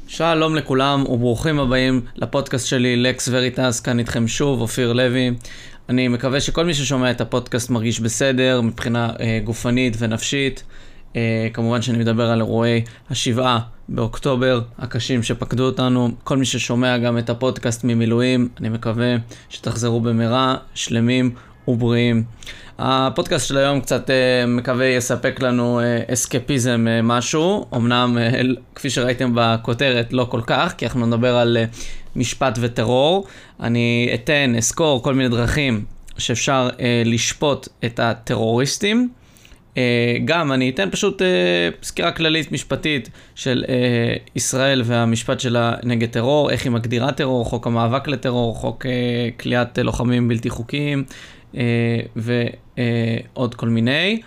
שלום לכולם וברוכים הבאים לפודקאסט שלי לקס וריטס, כאן איתכם שוב, אופיר לוי. אני מקווה שכל מי ששומע את הפודקאסט מרגיש בסדר מבחינה גופנית ונפשית. כמובן שאני מדבר על אירועי השבעה באוקטובר הקשים שפקדו אותנו. כל מי ששומע גם את הפודקאסט ממילואים, אני מקווה שתחזרו במהרה, שלמים ובריאים. הפודקאסט של היום קצת מקווה יספק לנו אסקפיזם משהו, אמנם כפי שראיתם בכותרת לא כל כך, כי אנחנו נדבר על משפט וטרור. אני אסקור כל מיני דרכים שאפשר לשפוט את הטרוריסטים. גם אני אתן פשוט סקירה כללית משפטית של ישראל והמשפט שלה נגד טרור, איך היא מגדירה טרור, חוק המאבק לטרור, חוק כליאת לוחמים בלתי חוקיים, ועוד כל מיני.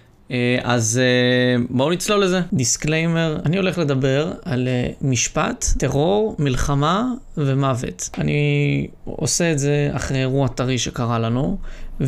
אז בואו נצלול לזה. דיסקליימר, אני הולך לדבר על משפט, טרור, מלחמה ומוות. אני עושה את זה אחרי אירוע טרי שקרה לנו,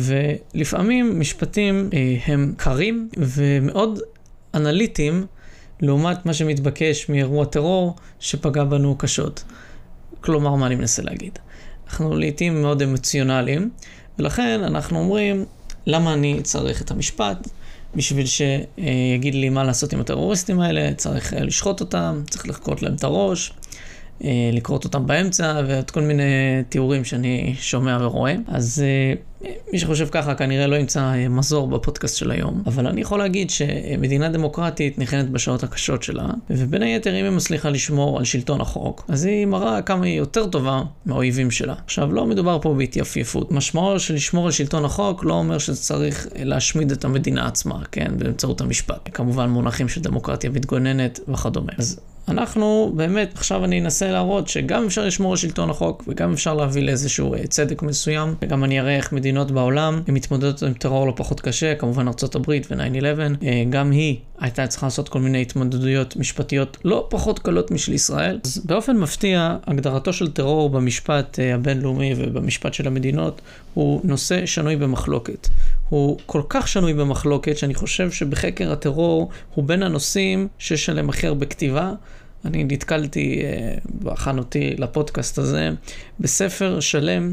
ולפעמים משפטים הם קרים ומאוד אנליטיים, לעומת מה שמתבקש מאירוע טרור שפגע בנו קשות. כלומר, מה אני מנסה להגיד? אנחנו לעתים מאוד אמוציונליים, ולכן אנחנו אומרים, למה אני צריך את המשפט? בשביל שיגיד לי מה לעשות עם הטרוריסטים האלה, צריך לשחוט אותם, צריך לחקות להם את הראש, לקרות אותם באמצע, ואת כל מיני תיאורים שאני שומע ורואה. אז מי שחושב ככה כנראה לא ימצא מזור בפודקאסט של היום. אבל אני יכול להגיד שמדינה דמוקרטית נכנסת בשעות הקשות שלה, ובין היתר אם היא מצליחה לשמור על שלטון החוק, אז היא מראה כמה היא יותר טובה מהאויבים שלה. עכשיו, לא מדובר פה בהתייפייפות. משמעו של לשמור על שלטון החוק לא אומר שצריך להשמיד את המדינה עצמה, כן? באמצעות המשפט. כמובן מונחים של דמוקרטיה מתגוננת וכדומה. אז אנחנו באמת, עכשיו אני אנסה להראות שגם אפשר לשמור על שלטון החוק, וגם אפשר להביא לאיזשהו צדק מסוים, וגם אני אראה איך מדינות בעולם הן מתמודדות עם טרור לא פחות קשה, כמובן ארצות הברית ו-9/11, גם היא הייתה צריכה לעשות כל מיני התמודדויות משפטיות לא פחות קלות משל ישראל. אז באופן מפתיע, הגדרתו של טרור במשפט הבינלאומי ובמשפט של המדינות הוא נושא שנוי במחלוקת. הוא כל כך שנוי במחלוקת שאני חושב שבחקר הטרור הוא בין הנושאים שיש עליהם הכי הרבה בכתיבה. אני נתקלתי בהכנותי לפודקאסט הזה בספר שלם,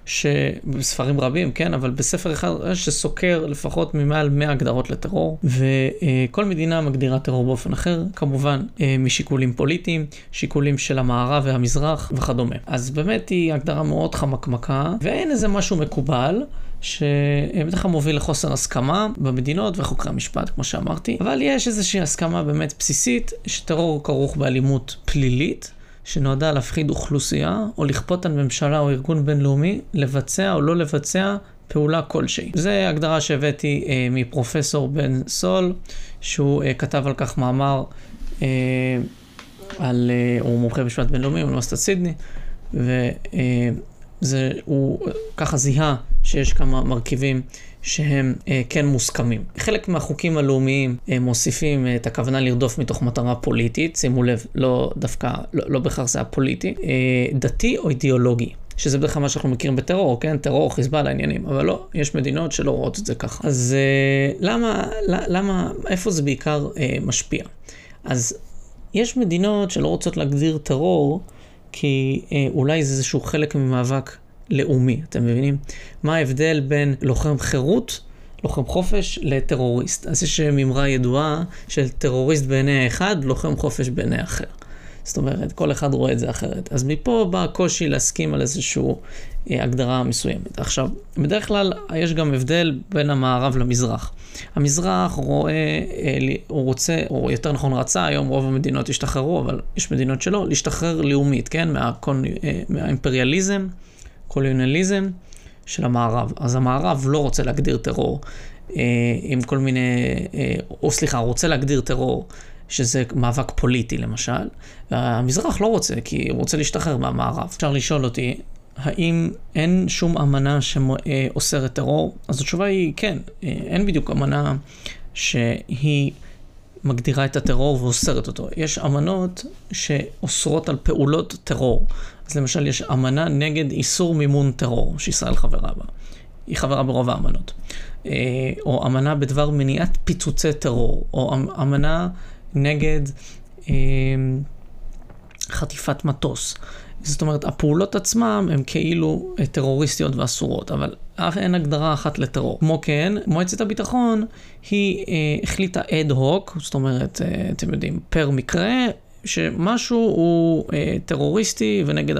בספרים רבים, כן, אבל בספר אחד שסוקר לפחות ממעל 100 הגדרות לטרור, וכל מדינה מגדירה טרור באופן אחר, כמובן משיקולים פוליטיים, שיקולים של המערב והמזרח וכדומה. אז באמת היא הגדרה מאוד חמקמקה, ואין איזה משהו מקובל, שבדרך כלל מוביל לחוסר הסכמה במדינות וחוקרי המשפט, כמו שאמרתי. אבל יש איזושהי הסכמה באמת בסיסית, שטרור כרוך באלימות פלילית, שנועדה להפחיד אוכלוסייה, או לכפות על ממשלה או ארגון בינלאומי, לבצע או לא לבצע פעולה כלשהי. זו הגדרה שהבאתי מפרופסור בן סול, שהוא כתב על כך מאמר, הוא מומחה במשפט בינלאומי, באוניברסיטת סידני, הוא ככה זיהה שיש כמה מרכיבים שהם כן מוסכמים. חלק מהחוקים הלאומיים מוסיפים את הכוונה לרדוף מתוך מטרה פוליטית, שימו לב, לא בכך זה הפוליטי, דתי או אידיאולוגי, שזה בדרך כלל מה שאנחנו מכירים בטרור, כן? טרור, חיזבאללה, העניינים, אבל לא, יש מדינות שלא רואות את זה ככה. אז למה, איפה זה בעיקר משפיע? אז יש מדינות שלא רוצות להגדיר טרור, כי אולי זה איזשהו חלק ממאבק לאומי, אתם מבינים? מה ההבדל בין לוחם חירות, לוחם חופש, לטרוריסט? אז יש ממרה ידועה של טרוריסט בעיני האחד, לוחם חופש בעיני האחר. זאת אומרת, כל אחד רואה את זה אחרת. אז מפה בא הקושי להסכים על איזשהו הגדרה מסוימת. עכשיו, בדרך כלל יש גם הבדל בין המערב למזרח. המזרח רואה, הוא רוצה, או יותר נכון רצה, היום רוב המדינות השתחררו, אבל יש מדינות שלא, להשתחרר לאומית, כן? מהאימפריאליזם, קולוניאליזם של המערב. אז המערב לא רוצה להגדיר טרור עם כל מיני, הוא רוצה להגדיר טרור שזה מאבק פוליטי למשל. המזרח לא רוצה, כי הוא רוצה להשתחרר מהמערב. אפשר לשאול אותי, האם אין שום אמנה שאוסרת טרור? אז התשובה היא כן, אין בדיוק אמנה שהיא מגדירה את הטרור ואוסרת אותו. יש אמנות שאוסרות על פעולות טרור. אז למשל יש אמנה נגד איסור מימון טרור, שישראל חברה בה. היא חברה ברוב האמנות. או אמנה בדבר מניעת פיצוצי טרור, או אמנה נגד חטיפת מטוס. זאת אומרת, הפעולות עצמם הן כאילו טרוריסטיות ואסורות, אבל אין הגדרה אחת לטרור. כמו כן, מועצת הביטחון היא החליטה אד הוק, זאת אומרת, אתם יודעים, פר מקרה, שמשהו הוא טרוריסטי ונגד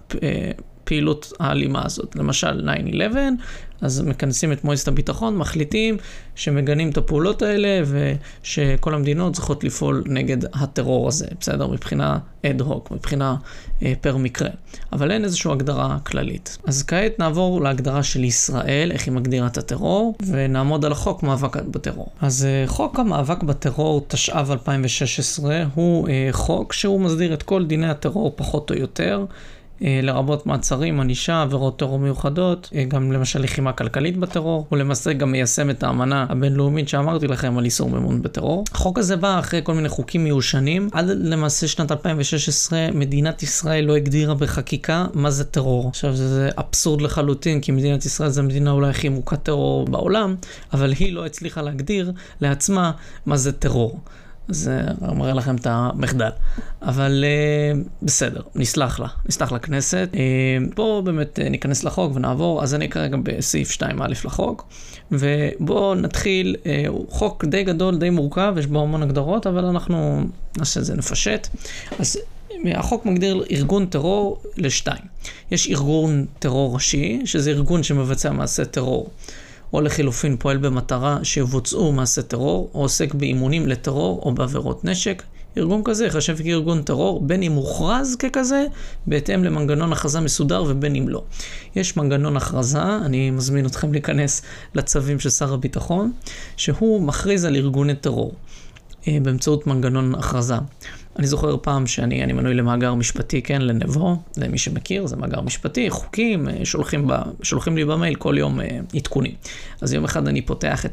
הפעילות האלימה הזאת. למשל, 9/11, אז מכנסים את מועצת הביטחון, מחליטים שמגנים את הפעולות האלה, ושכל המדינות צריכות לפעול נגד הטרור הזה, בסדר? מבחינה אד הוק, מבחינה פר מקרה. אבל אין איזושהי הגדרה כללית. אז כעת נעבור להגדרה של ישראל, איך היא מגדירה את הטרור, ונעמוד על החוק מאבק בטרור. אז חוק המאבק בטרור, תשע"ו 2016, הוא חוק שהוא מסדיר את כל דיני הטרור פחות או יותר, לרבות מעצרים, ענישה, עבירות טרור מיוחדות, גם למשל לחימה כלכלית בטרור, ולמעשה גם מיישם את האמנה הבינלאומית שאמרתי לכם על איסור מימון בטרור. החוק הזה בא אחרי כל מיני חוקים מיושנים, עד למעשה שנת 2016 מדינת ישראל לא הגדירה בחקיקה מה זה טרור. עכשיו זה אבסורד לחלוטין, כי מדינת ישראל זו המדינה אולי הכי מוכת טרור בעולם, אבל היא לא הצליחה להגדיר לעצמה מה זה טרור. זה מראה לכם את המחדל. אבל בסדר, נסלח לכנסת. בואו באמת ניכנס לחוק ונעבור. אז אני כרגע בסעיף 2א לחוק. ובואו נתחיל, חוק די גדול, די מורכב, יש בו המון הגדרות, אבל אנחנו נעשה את זה, נפשט. אז החוק מגדיר ארגון טרור לשתיים. יש ארגון טרור ראשי, שזה ארגון שמבצע מעשה טרור. או לחילופין פועל במטרה שיבוצעו מעשה טרור, או עוסק באימונים לטרור או בעבירות נשק. ארגון כזה חשב כארגון טרור, בין אם מוכרז ככזה, בהתאם למנגנון הכרזה מסודר ובין אם לא. יש מנגנון הכרזה, אני מזמין אתכם להיכנס לצווים של שר הביטחון, שהוא מכריז על ארגוני טרור, באמצעות מנגנון הכרזה. אני זוכר פעם שאני מנוי למאגר משפטי, כן, לנבו, למי שמכיר, זה מאגר משפטי, חוקים, שולחים לי במייל כל יום עדכונים. אז יום אחד אני פותח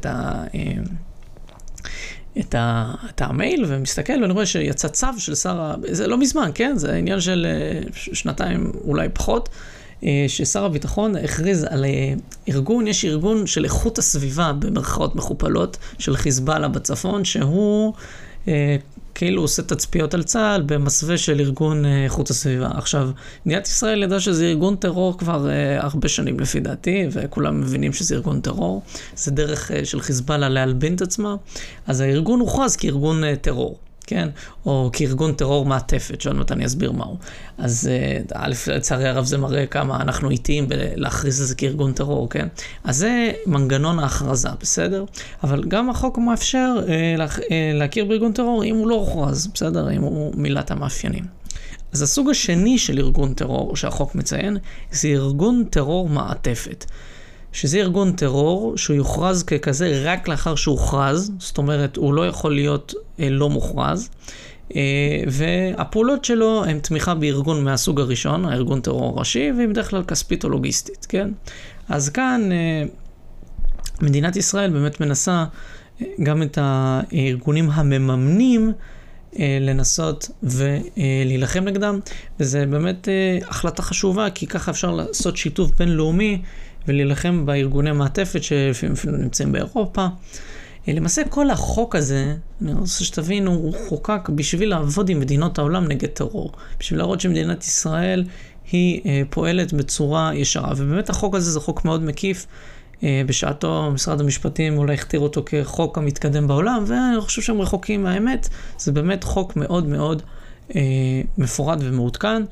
את המייל ומסתכל, ואני רואה שיצא צו של זה לא מזמן, כן, זה עניין של שנתיים, אולי פחות, ששר הביטחון הכריז על ארגון, יש ארגון של איכות הסביבה, במרכאות מכופלות, של חיזבאללה בצפון, שהוא כאילו עושה תצפיות על צה"ל במסווה של ארגון איכות הסביבה. עכשיו, מדינת ישראל ידעה שזה ארגון טרור כבר הרבה שנים לפי דעתי, וכולם מבינים שזה ארגון טרור. זה דרך של חיזבאללה להלבין את עצמה. אז הארגון הוכרז כארגון טרור, כן? או כארגון טרור מעטפת, שעוד מעט אני אסביר מהו. אז לצערי הרב זה מראה כמה אנחנו איטיים להכריז את זה כארגון טרור, כן? אז זה מנגנון ההכרזה, בסדר? אבל גם החוק מאפשר להכיר בארגון טרור אם הוא לא הוכרז, בסדר? אם הוא מילת המאפיינים. אז הסוג השני של ארגון טרור שהחוק מציין, זה ארגון טרור מעטפת. שזה ארגון טרור שהוא יוכרז ככזה רק לאחר שהוא הוכרז, זאת אומרת הוא לא יכול להיות לא מוכרז, והפעולות שלו הן תמיכה בארגון מהסוג הראשון, הארגון טרור ראשי, והיא בדרך כלל כספית או לוגיסטית, כן? אז כאן מדינת ישראל באמת מנסה גם את הארגונים המממנים לנסות ולהילחם נגדם, וזה באמת החלטה חשובה, כי ככה אפשר לעשות שיתוף בינלאומי ולהילחם בארגוני מעטפת שאפילו נמצאים באירופה. למעשה כל החוק הזה, אני רוצה שתבינו, הוא חוקק בשביל לעבוד עם מדינות העולם נגד טרור, בשביל להראות שמדינת ישראל היא פועלת בצורה ישרה, ובאמת החוק הזה זה חוק מאוד מקיף. בשעתו משרד המשפטים אולי הכתיר אותו כחוק המתקדם בעולם, ואני חושב שהם רחוקים מהאמת. זה באמת חוק מאוד מאוד מפורט ומעודכן,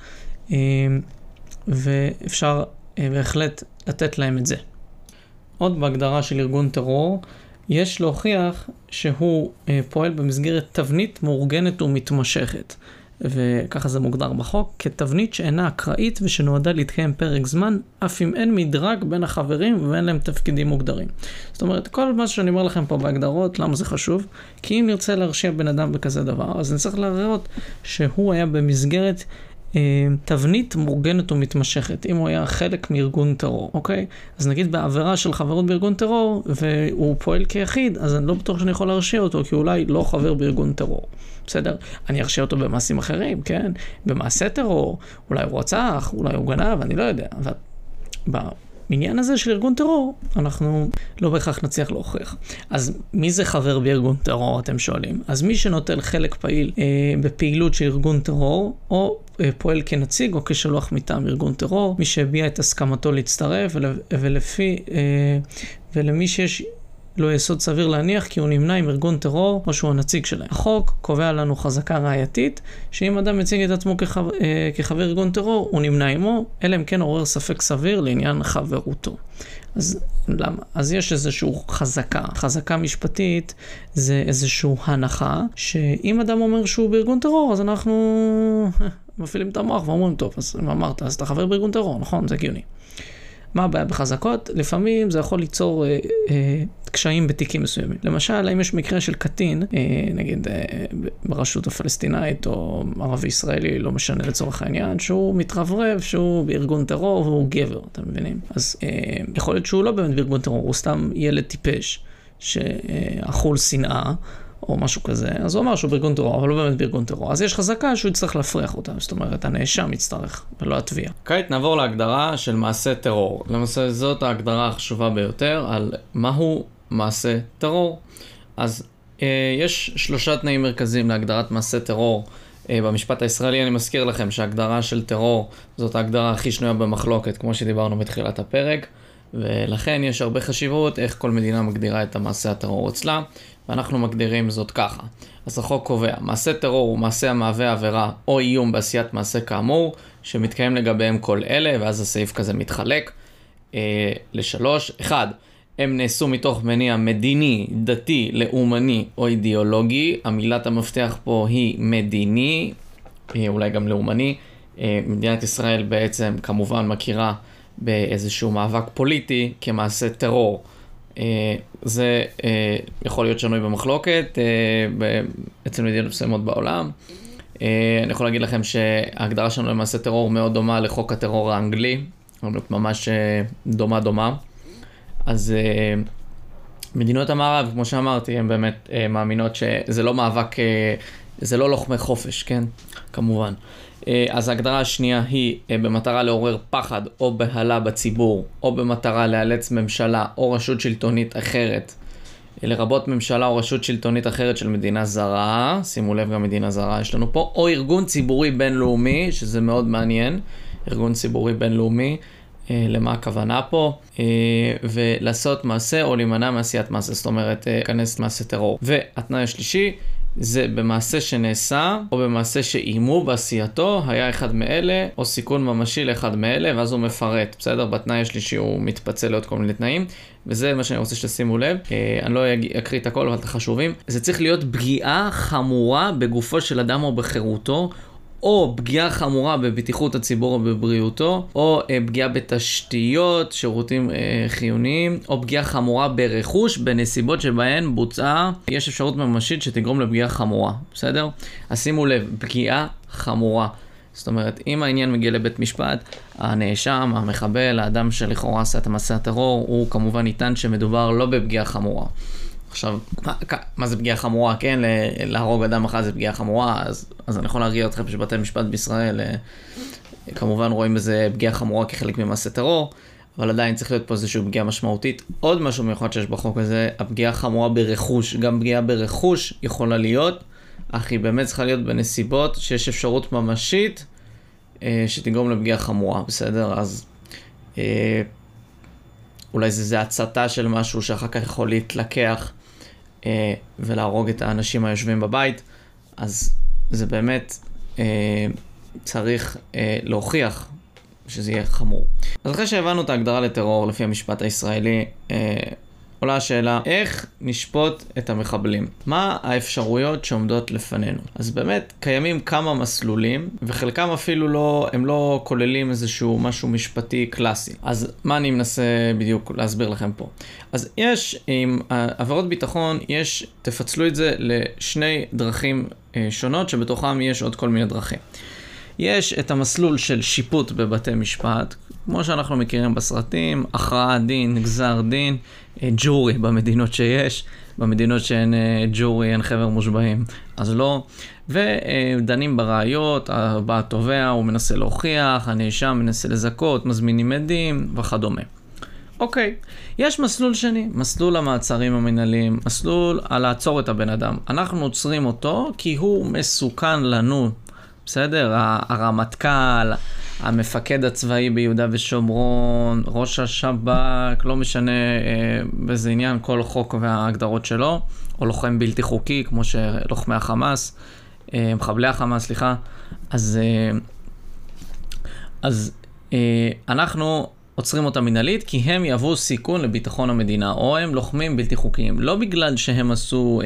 ואפשר בהחלט לתת להם את זה. עוד בהגדרה של ארגון טרור, יש להוכיח שהוא פועל במסגרת תבנית מאורגנת ומתמשכת. וככה זה מוגדר בחוק, כתבנית שאינה אקראית ושנועדה להתקיים פרק זמן, אף אם אין מדרג בין החברים ואין להם תפקידים מוגדרים. זאת אומרת, כל מה שאני אומר לכם פה בהגדרות, למה זה חשוב? כי אם נרצה להרשיע בן אדם בכזה דבר, אז נצטרך להראות שהוא היה במסגרת תבנית מאורגנת ומתמשכת, אם הוא היה חלק מארגון טרור, אוקיי? אז נגיד בעבירה של חברות בארגון טרור, והוא פועל כיחיד, אז אני לא בטוח שאני יכול להרשיע אותו, כי אולי לא חבר בארגון טרור. בסדר? אני ארשיע אותו במעשים אחרים, כן? במעשה טרור, אולי הוא רצח, אולי הוא גנב, אני לא יודע. אבל בעניין הזה של ארגון טרור, אנחנו לא בהכרח נצליח להוכיח. אז מי זה חבר בארגון טרור, אתם שואלים? אז מי שנוטל חלק פעיל בפעילות של ארגון טרור, או פועל כנציג או כשלוח מטעם ארגון טרור, מי שהביע את הסכמתו להצטרף, ולמי שיש לו יסוד סביר להניח כי הוא נמנה עם ארגון טרור או שהוא הנציג שלהם. החוק קובע לנו חזקה ראייתית, שאם אדם מציג את עצמו כחבר ארגון טרור, הוא נמנה עמו, אלא אם כן עורר ספק סביר לעניין חברותו. אז למה? אז יש איזשהו חזקה משפטית, זה איזשהו הנחה, שאם אדם אומר שהוא בארגון טרור, אז אנחנו מפעילים את המוח ואומרים, טוב, אז אם אמרת, אז אתה חבר בארגון טרור, נכון? זה הגיוני. מה הבעיה בחזקות? לפעמים זה יכול ליצור קשיים בתיקים מסוימים. למשל, אם יש מקרה של קטין, נגיד ברשות הפלסטינאית או ערבי ישראלי, לא משנה לצורך העניין, שהוא מתרברב, שהוא בארגון טרור והוא גבר, אתם מבינים? אז יכול להיות שהוא לא באמת בארגון טרור, הוא סתם ילד טיפש שאכול שנאה, או משהו כזה, אז הוא אמר שהוא בארגון טרור, אבל לא באמת בארגון טרור. אז יש חזקה שהוא יצטרך להפריח אותה, זאת אומרת, הנאשם יצטרך, ולא התביעה. כעת נעבור להגדרה של מעשה טרור. למעשה זאת ההגדרה החשובה ביותר על מהו מעשה טרור. אז יש 3 תנאים מרכזיים להגדרת מעשה טרור במשפט הישראלי. אני מזכיר לכם שההגדרה של טרור זאת ההגדרה הכי שנויה במחלוקת, כמו שדיברנו בתחילת הפרק, ולכן יש הרבה חשיבות איך כל מדינה מגדירה את המעשה הטרור אצלה, ואנחנו מגדירים זאת ככה. אז החוק קובע, מעשה טרור הוא מעשה המהווה עבירה או איום בעשיית מעשה כאמור, שמתקיים לגביהם כל אלה, ואז הסעיף כזה מתחלק ל3. 1. הם נעשו מתוך מניע מדיני, דתי, לאומני או אידיאולוגי. המילת המפתח פה היא מדיני, אולי גם לאומני. מדינת ישראל בעצם כמובן מכירה באיזשהו מאבק פוליטי כמעשה טרור. זה יכול להיות שנוי במחלוקת אצל מדינות מסוימות בעולם. אני יכול להגיד לכם שההגדרה שלנו למעשה טרור מאוד דומה לחוק הטרור האנגלי, ממש דומה. אז מדינות המערב, כמו שאמרתי, הן באמת מאמינות שזה לא מאבק, זה לא לוחמי חופש, כן? כמובן. אז ההגדרה השנייה היא במטרה לעורר פחד או בהלה בציבור, או במטרה לאלץ ממשלה או רשות שלטונית אחרת, לרבות ממשלה או רשות שלטונית אחרת של מדינה זרה, שימו לב גם מדינה זרה יש לנו פה, או ארגון ציבורי בינלאומי, שזה מאוד מעניין, ארגון ציבורי בינלאומי, למה הכוונה פה, ולעשות מעשה או להימנע מעשיית מעשה, זאת אומרת, כנס מעשה טרור. והתנאי השלישי, זה במעשה שנעשה, או במעשה שאימו בעשייתו, היה אחד מאלה, או סיכון ממשי לאחד מאלה, ואז הוא מפרט, בסדר? בתנאי השלישי הוא מתפצל לעוד כל מיני תנאים, וזה מה שאני רוצה שתשימו לב. אני לא אקריא את הכל, אבל את החשובים. זה צריך להיות פגיעה חמורה בגופו של אדם או בחירותו, או פגיעה חמורה בבטיחות הציבור או בבריאותו, או פגיעה בתשתיות, שירותים חיוניים, או פגיעה חמורה ברכוש, בנסיבות שבהן בוצעה, יש אפשרות ממשית שתגרום לפגיעה חמורה, בסדר? אז שימו לב, פגיעה חמורה. זאת אומרת, אם העניין מגיע לבית משפט, הנאשם, המחבל, האדם שלכאורה עשה את המעשה הטרור, הוא כמובן ניתן שמדובר לא בפגיעה חמורה. עכשיו, מה זה פגיעה חמורה? כן, להרוג אדם אחד זה פגיעה חמורה, אז אני יכול להרגיע אתכם שבתי משפט בישראל כמובן רואים בזה פגיעה חמורה כחלק ממעשה טרור, אבל עדיין צריך להיות פה איזושהי פגיעה משמעותית. עוד משהו מיוחד שיש בחוק הזה, הפגיעה חמורה ברכוש. גם פגיעה ברכוש יכולה להיות, אך היא באמת צריכה להיות בנסיבות שיש אפשרות ממשית שתגרום לפגיעה חמורה, בסדר? אז אולי זה הצתה של משהו שאחר כך יכול להתלקח ולהרוג את האנשים היושבים בבית, אז זה באמת צריך להוכיח שזה יהיה חמור. אז אחרי שהבנו את ההגדרה לטרור לפי המשפט הישראלי, עולה השאלה, איך נשפוט את המחבלים? מה האפשרויות שעומדות לפנינו? אז באמת קיימים כמה מסלולים, וחלקם אפילו הם לא כוללים איזשהו משהו משפטי קלאסי. אז מה אני מנסה בדיוק להסביר לכם פה? אז יש, עם עבירות ביטחון, תפצלו את זה לשני דרכים שונות, שבתוכם יש עוד כל מיני דרכים. יש את המסלול של שיפוט בבתי משפט, כמו שאנחנו מכירים בסרטים, הכרעת דין, גזר דין, ג'ורי במדינות שיש, במדינות שאין ג'ורי, אין חבר מושבעים, אז לא. ודנים בראיות, בא התובע, הוא מנסה להוכיח, הנאשם מנסה לזכות, מזמינים עדים וכדומה. אוקיי, יש מסלול שני, מסלול המעצרים המנהליים, מסלול על לעצור את הבן אדם. אנחנו עוצרים אותו כי הוא מסוכן לנו, בסדר? הרמטכ"ל, המפקד הצבאי ביהודה ושומרון, ראש השב"כ, לא משנה באיזה עניין, כל חוק וההגדרות שלו, או לוחם בלתי חוקי, כמו שלוחמי החמאס, מחבלי החמאס, סליחה. אז אנחנו עוצרים אותה מנהלית, כי הם יהוו סיכון לביטחון המדינה, או הם לוחמים בלתי חוקיים. לא בגלל שהם עשו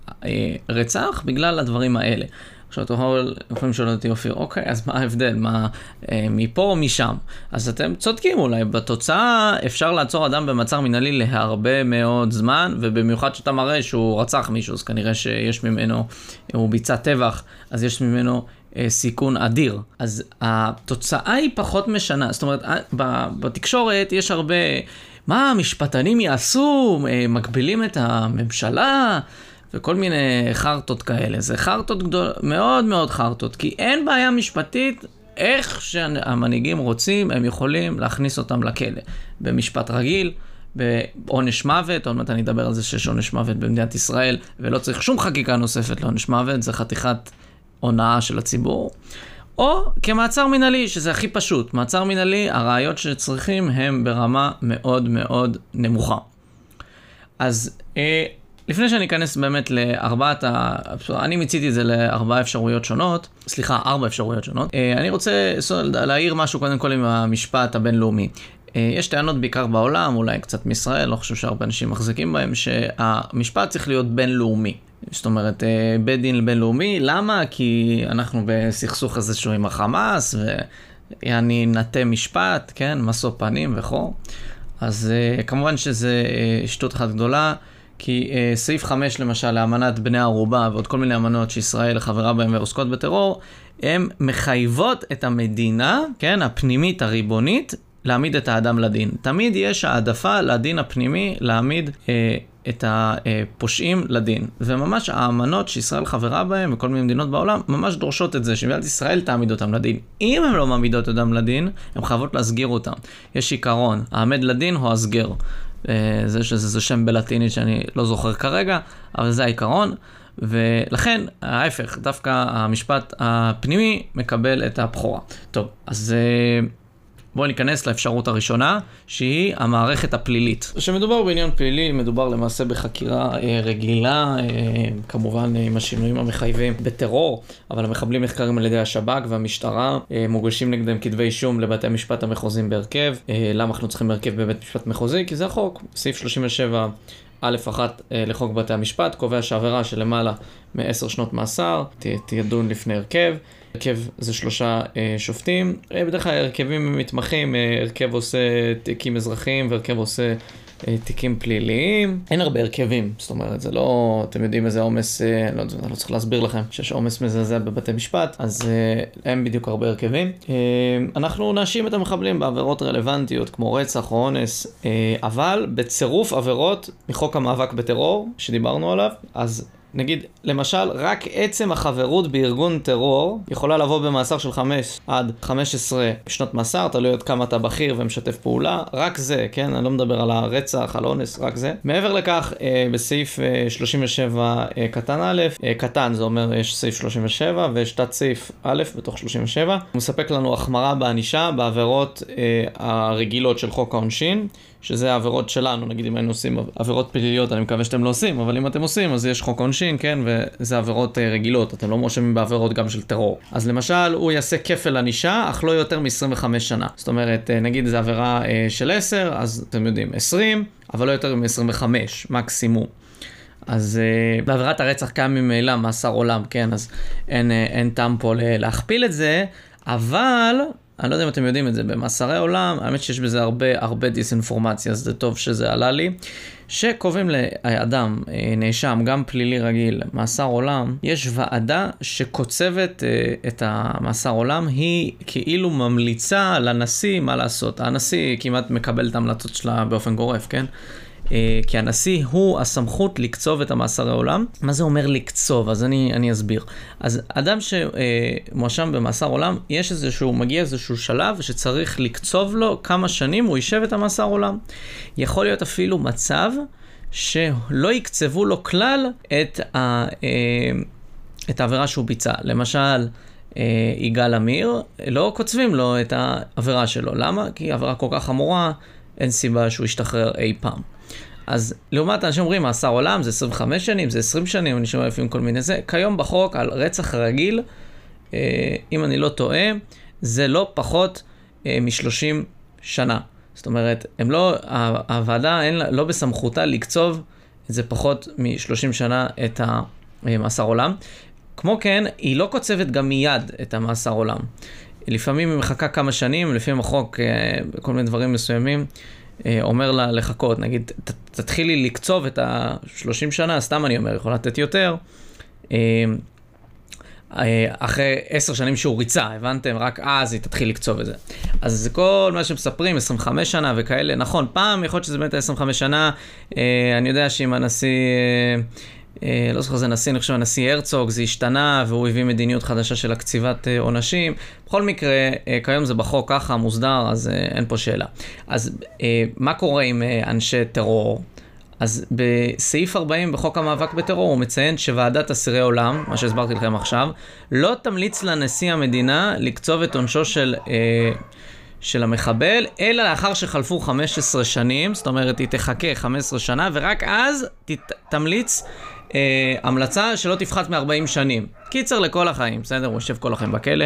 רצח, בגלל הדברים האלה. עכשיו, אתם יכולים לשאול אותי, אופיר, אוקיי, אז מה ההבדל? מה, מפה או משם? אז אתם צודקים אולי, בתוצאה אפשר לעצור אדם במעצר מנהלי להרבה מאוד זמן, ובמיוחד שאתה מראה שהוא רצח מישהו, אז כנראה שיש ממנו, הוא ביצע טבח, אז יש ממנו סיכון אדיר. אז התוצאה היא פחות משנה. זאת אומרת, בתקשורת יש הרבה, מה המשפטנים יעשו? מגבילים את הממשלה? וכל מיני חרטות כאלה. זה חרטות מאוד מאוד חרטות, כי אין בעיה משפטית, איך שהמנהיגים רוצים, הם יכולים להכניס אותם לכלא. במשפט רגיל, בעונש מוות, עוד מעט אני אדבר על זה שיש עונש מוות במדינת ישראל, ולא צריך שום חקיקה נוספת לעונש מוות, זה חתיכת הונאה של הציבור. או כמעצר מנהלי, שזה הכי פשוט. מעצר מנהלי, הראיות שצריכים הם ברמה מאוד מאוד נמוכה. אז לפני שאני אכנס באמת אני מציתי את זה לארבע אפשרויות שונות, ארבע אפשרויות שונות. אני רוצה להעיר משהו קודם כל עם המשפט הבינלאומי. יש טענות בעיקר בעולם, אולי קצת מישראל, לא חושב שהרבה אנשים מחזיקים בהם, שהמשפט צריך להיות בינלאומי. זאת אומרת, בית דין בינלאומי. למה? כי אנחנו בסכסוך הזה שהוא עם החמאס, ואני נטה משפט, כן, משוא פנים וכו'. אז כמובן שזה שטות אחת גדולה, כי סעיף 5 למשל, לאמנת בני ערובה ועוד כל מיני אמנות שישראל חברה בהם ועוסקות בטרור, הן מחייבות את המדינה, כן, הפנימית הריבונית, להעמיד את האדם לדין. תמיד יש העדפה לדין הפנימי להעמיד את הפושעים לדין. וממש האמנות שישראל חברה בהם וכל מיני מדינות בעולם ממש דורשות את זה, שמדינת ישראל תעמיד אותם לדין. אם הם לא מעמידות אותם לדין, הם חייבות להסגיר אותם. יש עיקרון, העמד לדין הוא הסגר. זה שם בלטינית שאני לא זוכר כרגע, אבל זה העיקרון. ולכן ההפך, דווקא המשפט הפנימי מקבל את הבכורה. טוב, אז בואו ניכנס לאפשרות הראשונה, שהיא המערכת הפלילית. כשמדובר בעניין פלילי, מדובר למעשה בחקירה רגילה, כמובן עם השינויים המחייבים בטרור, אבל המחבלים נחקרים על ידי השב"כ והמשטרה, מוגשים נגדם כתבי אישום לבתי המשפט המחוזיים בהרכב. למה אנחנו צריכים בהרכב בבית משפט מחוזי? כי זה החוק. סעיף 37 א1 לחוק בתי המשפט קובע שהעבירה של למעלה מ10 שנות מאסר תידון לפני הרכב. הרכב זה 3 שופטים. בדרך כלל הרכבים מתמחים, הרכב עושה תיקים אזרחיים והרכב עושה תיקים פליליים. אין הרבה הרכבים, זאת אומרת, זה לא, אתם יודעים איזה עומס, לא צריך להסביר לכם שיש עומס מזעזע בבתי משפט, אז אין בדיוק הרבה הרכבים. אנחנו נאשים את המחבלים בעבירות רלוונטיות כמו רצח או אונס, אבל בצירוף עבירות מחוק המאבק בטרור שדיברנו עליו. אז נגיד, למשל, רק עצם החברות בארגון טרור יכולה לבוא במאסר של 5 עד 15 שנות מאסר, תלוי עד כמה אתה בכיר ומשתף פעולה, רק זה, כן? אני לא מדבר על הרצח, על אונס, רק זה. מעבר לכך, בסעיף 37 קטן א', קטן זה אומר יש סעיף 37 ויש תת סעיף א' בתוך 37, הוא מספק לנו החמרה בענישה בעבירות הרגילות של חוק העונשין, שזה העבירות שלנו, נגיד אם היינו עושים עבירות פליליות, אני מקווה שאתם לא עושים, אבל אם אתם עושים, אז יש חוק עונשין, כן, וזה עבירות רגילות, אתם לא מואשמים בעבירות גם של טרור. אז למשל, הוא יעשה כפל ענישה, אך לא יותר מ-25 שנה. זאת אומרת, נגיד זה עבירה של 10, אז אתם יודעים, 20, אבל לא יותר מ-25, מקסימום. אז בעבירת הרצח קיים ממילא מאסר עולם, כן, אז אין טעם פה להכפיל את זה, אבל אני לא יודע אם אתם יודעים את זה, במאסרי עולם, האמת שיש בזה הרבה דיסאינפורמציה, אז זה טוב שזה עלה לי, שקובעים לאדם, נאשם, גם פלילי רגיל, מאסר עולם, יש ועדה שקוצבת את המאסר עולם, היא כאילו ממליצה לנשיא מה לעשות. הנשיא כמעט מקבל את ההמלצות שלה באופן גורף, כן? כי הנשיא הוא הסמכות לקצוב את המאסרי עולם. מה זה אומר לקצוב? אז אני אסביר. אז אדם שמואשם במאסר עולם, מגיע איזשהו שלב שצריך לקצוב לו כמה שנים הוא יישב את המאסר עולם. יכול להיות אפילו מצב שלא יקצבו לו כלל את העבירה שהוא ביצע. למשל, יגאל עמיר, לא קוצבים לו את העבירה שלו. למה? כי העבירה כל כך חמורה, אין סיבה שהוא ישתחרר אי פעם. אז לעומת אנשים אומרים, מאסר עולם זה 25 שנים, זה 20 שנים, אני שומע לפעמים כל מיני זה. כיום בחוק על רצח רגיל, אם אני לא טועה, זה לא פחות מ-30 שנה. זאת אומרת, הוועדה לא בסמכותה לקצוב את זה פחות מ-30 שנה את המאסר עולם. כמו כן, היא לא קוצבת גם מיד את המאסר עולם. לפעמים היא מחכה כמה שנים, לפעמים החוק, כל מיני דברים מסוימים, אומר לה לחכות. נגיד, תתחילי לקצוב את ה-30 שנה, סתם אני אומר, יכול לתת יותר, אחרי 10 שנים שהוא ריצה, הבנתם? רק אז היא תתחיל לקצוב את זה. אז זה כל מה שמספרים, 25 שנה וכאלה. נכון, פעם יכול להיות שזה באמת 25 שנה, אני יודע שאם הנשיא... לא זוכר זה נשיא, אני חושב הנשיא הרצוג, זה השתנה והוא הביא מדיניות חדשה של הקציבת עונשים. בכל מקרה, כיום זה בחוק ככה מוסדר, אז אין פה שאלה. אז מה קורה עם אנשי טרור? אז בסעיף 40 בחוק המאבק בטרור הוא מציין שוועדת אסירי עולם, מה שהסברתי לכם עכשיו, לא תמליץ לנשיא המדינה לקצוב את עונשו של המחבל, אלא לאחר שחלפו 15 שנים, זאת אומרת היא תחכה 15 שנה, ורק אז תמליץ המלצה שלא תפחת מ-40 שנים. קיצר לכל החיים, בסדר? הוא יושב כל החיים בכלא.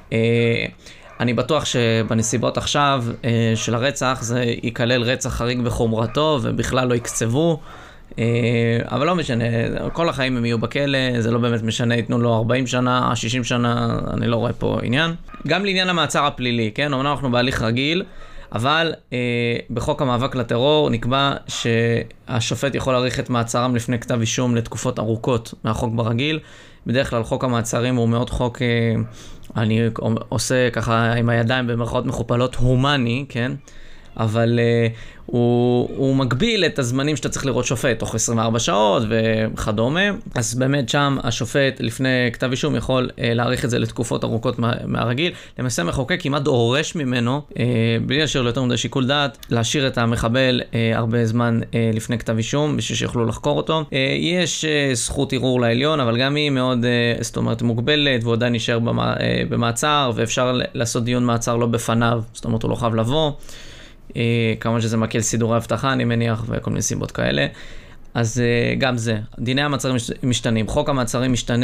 אני בטוח שבנסיבות עכשיו של הרצח, זה ייכלל רצח חריג בחומרתו, ובכלל לא יקצבו. אבל לא משנה, כל החיים הם יהיו בכלא, זה לא באמת משנה, ייתנו לו 40 שנה, 60 שנה, אני לא רואה פה עניין. גם לעניין המעצר הפלילי, כן? אומנם אנחנו בהליך רגיל, אבל בחוק המאבק לטרור נקבע שהשופט יכול להאריך את מעצרם לפני כתב אישום לתקופות ארוכות מהחוק ברגיל. בדרך כלל חוק המעצרים הוא מאוד חוק, אני עושה ככה עם הידיים במרכאות מכופלות הומני, כן? אבל הוא מגביל את הזמנים שאתה צריך לראות שופט, תוך 24 שעות וכדומה. אז באמת שם השופט לפני כתב אישום יכול להאריך את זה לתקופות ארוכות מהרגיל. למעשה מחוקק כמעט דורש ממנו, בלי להשאיר לו יותר מדי שיקול דעת, להשאיר את המחבל הרבה זמן לפני כתב אישום, בשביל שיוכלו לחקור אותו. יש זכות ערעור לעליון, אבל גם היא מאוד, זאת אומרת, מוגבלת, והוא עדיין נשאר במעצר, ואפשר לעשות דיון מעצר לא בפניו, זאת אומרת, הוא לא חייב לבוא. כמובן שזה מקל סידורי הבטחה, אני מניח, וכל מיני סיבות כאלה. אז גם זה, דיני המעצרים משתנים. חוק המעצרים משתנה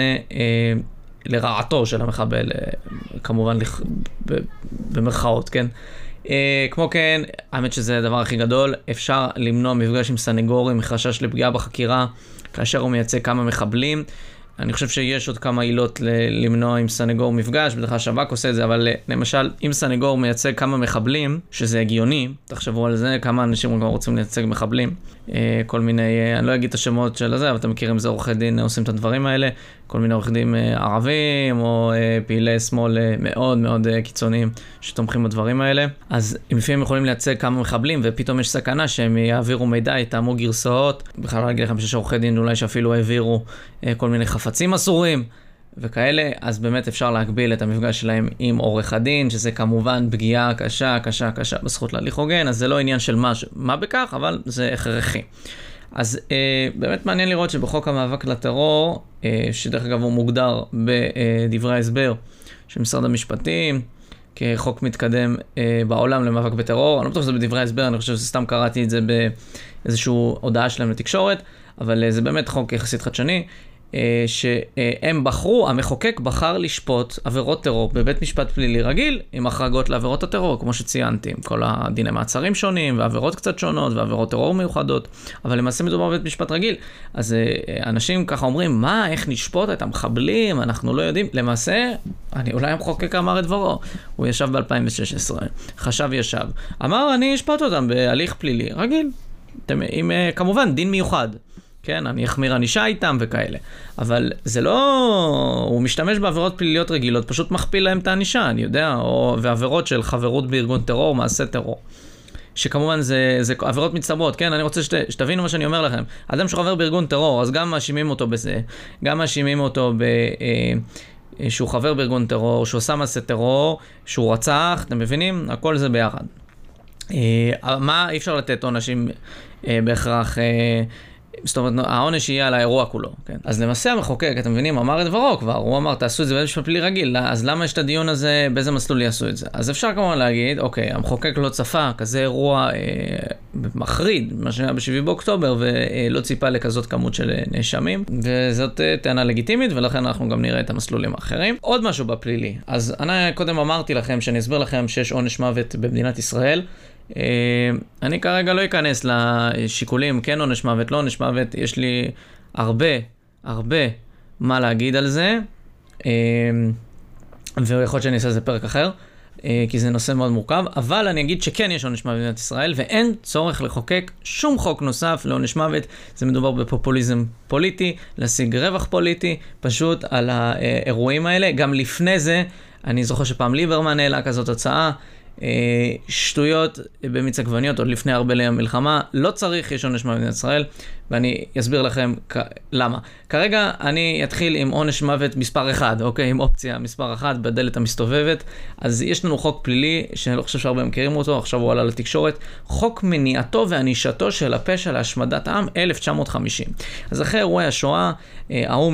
לרעתו של המחבל, כמובן במרכאות, כן? כמו כן, האמת שזה הדבר הכי גדול, אפשר למנוע מפגש עם סנגורים מחשש לפגיעה בחקירה, כאשר הוא מייצג כמה מחבלים. אני חושב שיש עוד כמה עילות למנוע עם סנגור מפגש, בדרך כלל שב"כ עושה את זה, אבל למשל, אם סנגור מייצג כמה מחבלים, שזה הגיוני, תחשבו על זה, כמה אנשים רוצים לייצג מחבלים, כל מיני, אני לא אגיד את השמות של זה, אבל אתם מכירים, זה עורכי דין עושים את הדברים האלה, כל מיני עורכי דין ערבים, או פעילי שמאל מאוד מאוד קיצוניים, שתומכים בדברים האלה. אז אם לפעמים יכולים לייצג כמה מחבלים, ופתאום יש סכנה שהם יעבירו מידע, יתאמו גרסאות, בכלל לא אגיד לכם שיש עורכי דין אולי שאפילו העבירו כל מיני חפצים אסורים וכאלה, אז באמת אפשר להגביל את המפגש שלהם עם עורך הדין, שזה כמובן פגיעה קשה, קשה, קשה בזכות להליך הוגן, אז זה לא עניין של מה בכך, אבל זה הכרחי. אז באמת מעניין לראות שבחוק המאבק לטרור, שדרך אגב הוא מוגדר בדברי ההסבר של משרד המשפטים, כחוק מתקדם בעולם למאבק בטרור, אני לא בטוח שזה בדברי ההסבר, אני חושב שסתם קראתי את זה באיזושהי הודעה שלהם לתקשורת, אבל זה באמת חוק יחסית חדשני, שהם בחרו, המחוקק בחר לשפוט עבירות טרור בבית משפט פלילי רגיל, עם החרגות לעבירות הטרור, כמו שציינתי, עם כל הדיני מעצרים שונים, ועבירות קצת שונות, ועבירות טרור מיוחדות, אבל למעשה מדובר בבית משפט רגיל. אז אנשים ככה אומרים, מה, איך נשפוט את המחבלים, אנחנו לא יודעים. למעשה, אולי המחוקק אמר את דברו, הוא ישב ב-2016, חשב ישב, אמר, אני אשפוט אותם בהליך פלילי רגיל, עם כמובן דין מיוחד. כן, אני אחמיר ענישה איתם וכאלה. אבל זה לא... הוא משתמש בעבירות פליליות רגילות, פשוט מכפיל להם את הענישה, אני יודע, ועבירות של חברות בארגון טרור, מעשה טרור. שכמובן זה עבירות מצטברות, כן? אני רוצה שתבינו מה שאני אומר לכם. אדם שחבר בארגון טרור, אז גם מאשימים אותו בזה, גם מאשימים אותו שהוא חבר בארגון טרור, שהוא עשה מעשה טרור, שהוא רצח, אתם מבינים? הכל זה ביחד. מה אי אפשר לתת עונשים בהכרח, זאת אומרת, העונש יהיה על האירוע כולו, כן? אז למעשה המחוקק, אתם מבינים, אמר את דברו כבר, הוא אמר, תעשו את זה במשפט פלילי רגיל, אז למה יש את הדיון הזה, באיזה מסלול יעשו את זה? אז אפשר כמובן להגיד, אוקיי, המחוקק לא צפה כזה אירוע מחריד, מה שהיה ב7 באוקטובר, ולא ציפה לכזאת כמות של נאשמים, וזאת טענה לגיטימית, ולכן אנחנו גם נראה את המסלולים האחרים. עוד משהו בפלילי, אז אני קודם אמרתי לכם, שאני אסביר לכם שיש עונש מוות במדינת ישראל, אני כרגע לא אכנס לשיקולים, כן עונש מוות, לא עונש מוות, יש לי הרבה מה להגיד על זה, ויכול להיות שאני אעשה איזה פרק אחר, כי זה נושא מאוד מורכב, אבל אני אגיד שכן יש עונש מוות במדינת ישראל, ואין צורך לחוקק שום חוק נוסף לעונש מוות, זה מדובר בפופוליזם פוליטי, להשיג רווח פוליטי, פשוט על האירועים האלה. גם לפני זה, אני זוכר שפעם ליברמן העלה כזאת הצעה, שטויות במיץ עגבניות עוד לפני הרבה למלחמה, לא צריך, יש עונש מוות במדינת ישראל, ואני אסביר לכם למה. כרגע אני אתחיל עם עונש מוות מספר 1, אוקיי? עם אופציה מספר 1 בדלת המסתובבת. אז יש לנו חוק פלילי, שאני לא חושב שהרבה מכירים אותו, עכשיו הוא עלה לתקשורת, חוק מניעתו וענישתו של הפשע להשמדת העם 1950. אז אחרי אירועי השואה, האו"ם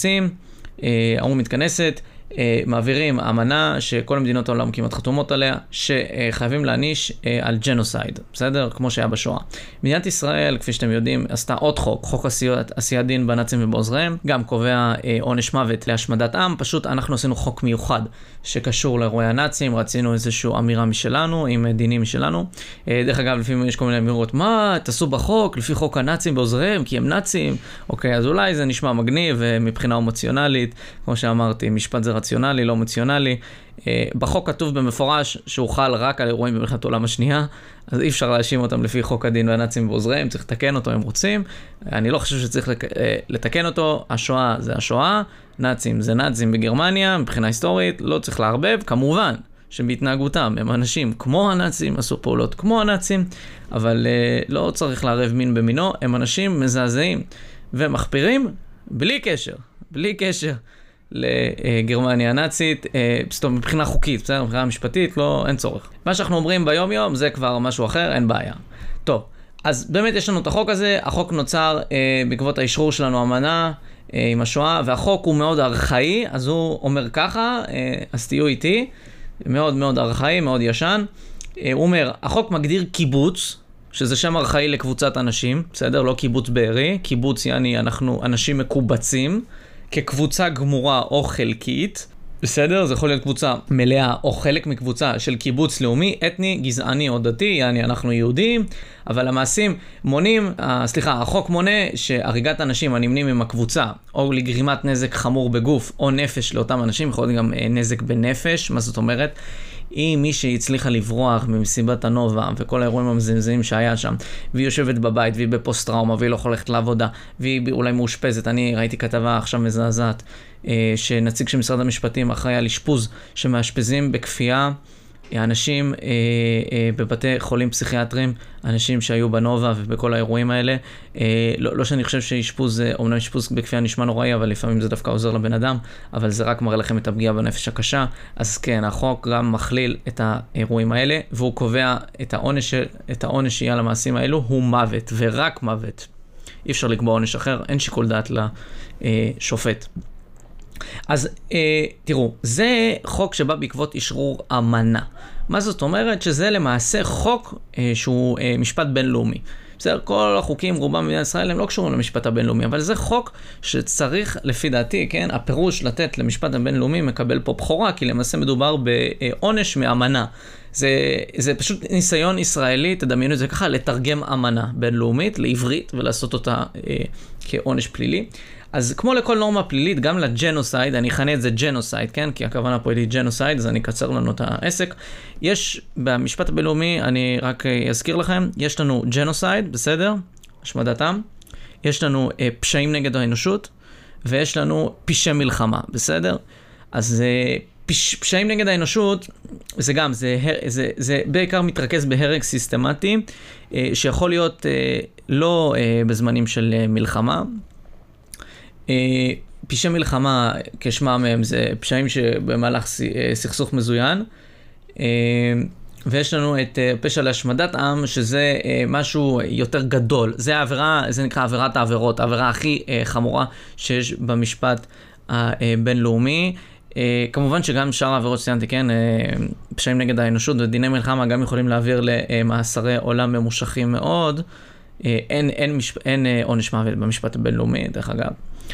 מתכנסת, מעבירים אמנה שכל המדינות העולם כמעט חתומות עליה, שחייבים להעניש על ג'נוסייד, בסדר? כמו שהיה בשואה. מדינת ישראל, כפי שאתם יודעים, עשתה עוד חוק עשיית דין בנאצים ובעוזריהם, גם קובע עונש מוות להשמדת עם, פשוט אנחנו עשינו חוק מיוחד שקשור לאירועי הנאצים, רצינו איזושהי אמירה משלנו, עם דינים משלנו. דרך אגב, לפעמים יש כל מיני אמירות, מה תעשו בחוק, לפי חוק הנאצים בעוזריהם, כי הם נאצים, אוקיי, אז אולי זה נשמע מגניב, מבחינה אמוציונלית, כמו שאמרתי, משפט זה רציונלי, לא אמוציונלי. בחוק כתוב במפורש שהוא חל רק על אירועים במלחמת העולם השנייה, אז אי אפשר להאשים אותם לפי חוק הדין והנאצים בעוזריהם, צריך לתקן אותו אם רוצים. אני לא חושב שצריך לתקן אותו, השואה זה השואה, נאצים זה נאצים בגרמניה, מבחינה היסטורית, לא צריך להרבב, כמובן שבהתנהגותם הם אנשים כמו הנאצים, עשו פעולות כמו הנאצים, אבל לא צריך לערב מין במינו, הם אנשים מזעזעים ומחפירים בלי קשר לגרמניה הנאצית, מבחינה חוקית, בסדר? מבחינה משפטית, לא, אין צורך. מה שאנחנו אומרים ביום יום זה כבר משהו אחר, אין בעיה. טוב, אז באמת יש לנו את החוק הזה, החוק נוצר בעקבות האשרור שלנו אמנה עם השואה, והחוק הוא מאוד ארכאי, אז הוא אומר ככה, אז תהיו איתי, מאוד מאוד ארכאי, מאוד ישן. הוא אומר, החוק מגדיר קיבוץ, שזה שם ארכאי לקבוצת אנשים, בסדר? לא קיבוץ בארי, קיבוץ יעני אנחנו אנשים מקובצים, כקבוצה גמורה או חלקית, בסדר? זה יכול להיות קבוצה מלאה או חלק מקבוצה של קיבוץ לאומי, אתני, גזעני או דתי, יעני אנחנו יהודים, אבל המעשים מונים, החוק מונה שהריגת אנשים הנמנים עם הקבוצה, או לגרימת נזק חמור בגוף או נפש לאותם אנשים, יכול להיות גם נזק בנפש. מה זאת אומרת? אם מישהי הצליחה לברוח ממסיבת הנובה וכל האירועים המזמזמים שהיה שם, והיא יושבת בבית והיא בפוסט טראומה והיא לא הולכת לעבודה והיא אולי מאושפזת, אני ראיתי כתבה עכשיו מזעזעת שנציג של משרד המשפטים אחראי על אשפוז שמאשפזים בכפייה אנשים בבתי חולים פסיכיאטרים, אנשים שהיו בנובה ובכל האירועים האלה. לא שאני חושב שאשפוז, אומנם אשפוז בכפייה נשמע נוראי, אבל לפעמים זה דווקא עוזר לבן אדם, אבל זה רק מראה לכם את הפגיעה בנפש הקשה. אז כן, החוק גם מכליל את האירועים האלה, והוא קובע את העונש שיהיה למעשים האלו, הוא מוות, ורק מוות. אי אפשר לקבוע עונש אחר, אין שיקול דעת לשופט. אז תראו, זה חוק שבא בעקבות אשרור אמנה. מה זאת אומרת? שזה למעשה חוק שהוא משפט בינלאומי. בסדר, כל החוקים רובם במדינת ישראל הם לא קשורים למשפט הבינלאומי, אבל זה חוק שצריך לפי דעתי, כן, הפירוש לתת למשפט הבינלאומי מקבל פה בחורה, כי למעשה מדובר בעונש מאמנה. זה פשוט ניסיון ישראלי, תדמיינו את זה ככה, לתרגם אמנה בינלאומית לעברית ולעשות אותה כעונש פלילי. אז כמו לכל נורמה פלילית, גם לג'נוסייד, אני אכנה את זה ג'נוסייד, כן? כי הכוונה פה היא ג'נוסייד, אז אני אקצר לנו את העסק. יש, במשפט הבינלאומי, אני רק אזכיר לכם, יש לנו ג'נוסייד, בסדר? השמדת עם. יש לנו פשעים נגד האנושות, ויש לנו פשעי מלחמה, בסדר? אז פשעים נגד האנושות, זה גם, זה בעיקר מתרכז בהרג סיסטמטי, שיכול להיות לא בזמנים של מלחמה. פשעי מלחמה, כשמה מהם, זה פשעים שבמהלך סכסוך מזוין. ויש לנו את פשע להשמדת עם, שזה משהו יותר גדול. זה העבירה, זה נקרא עבירת העבירות, העבירה הכי חמורה שיש במשפט הבינלאומי. כמובן שגם שאר העבירות שציינתי, כן, פשעים נגד האנושות ודיני מלחמה גם יכולים להעביר למאסרי עולם ממושכים מאוד. אין עונש מוות במשפט הבינלאומי, דרך אגב.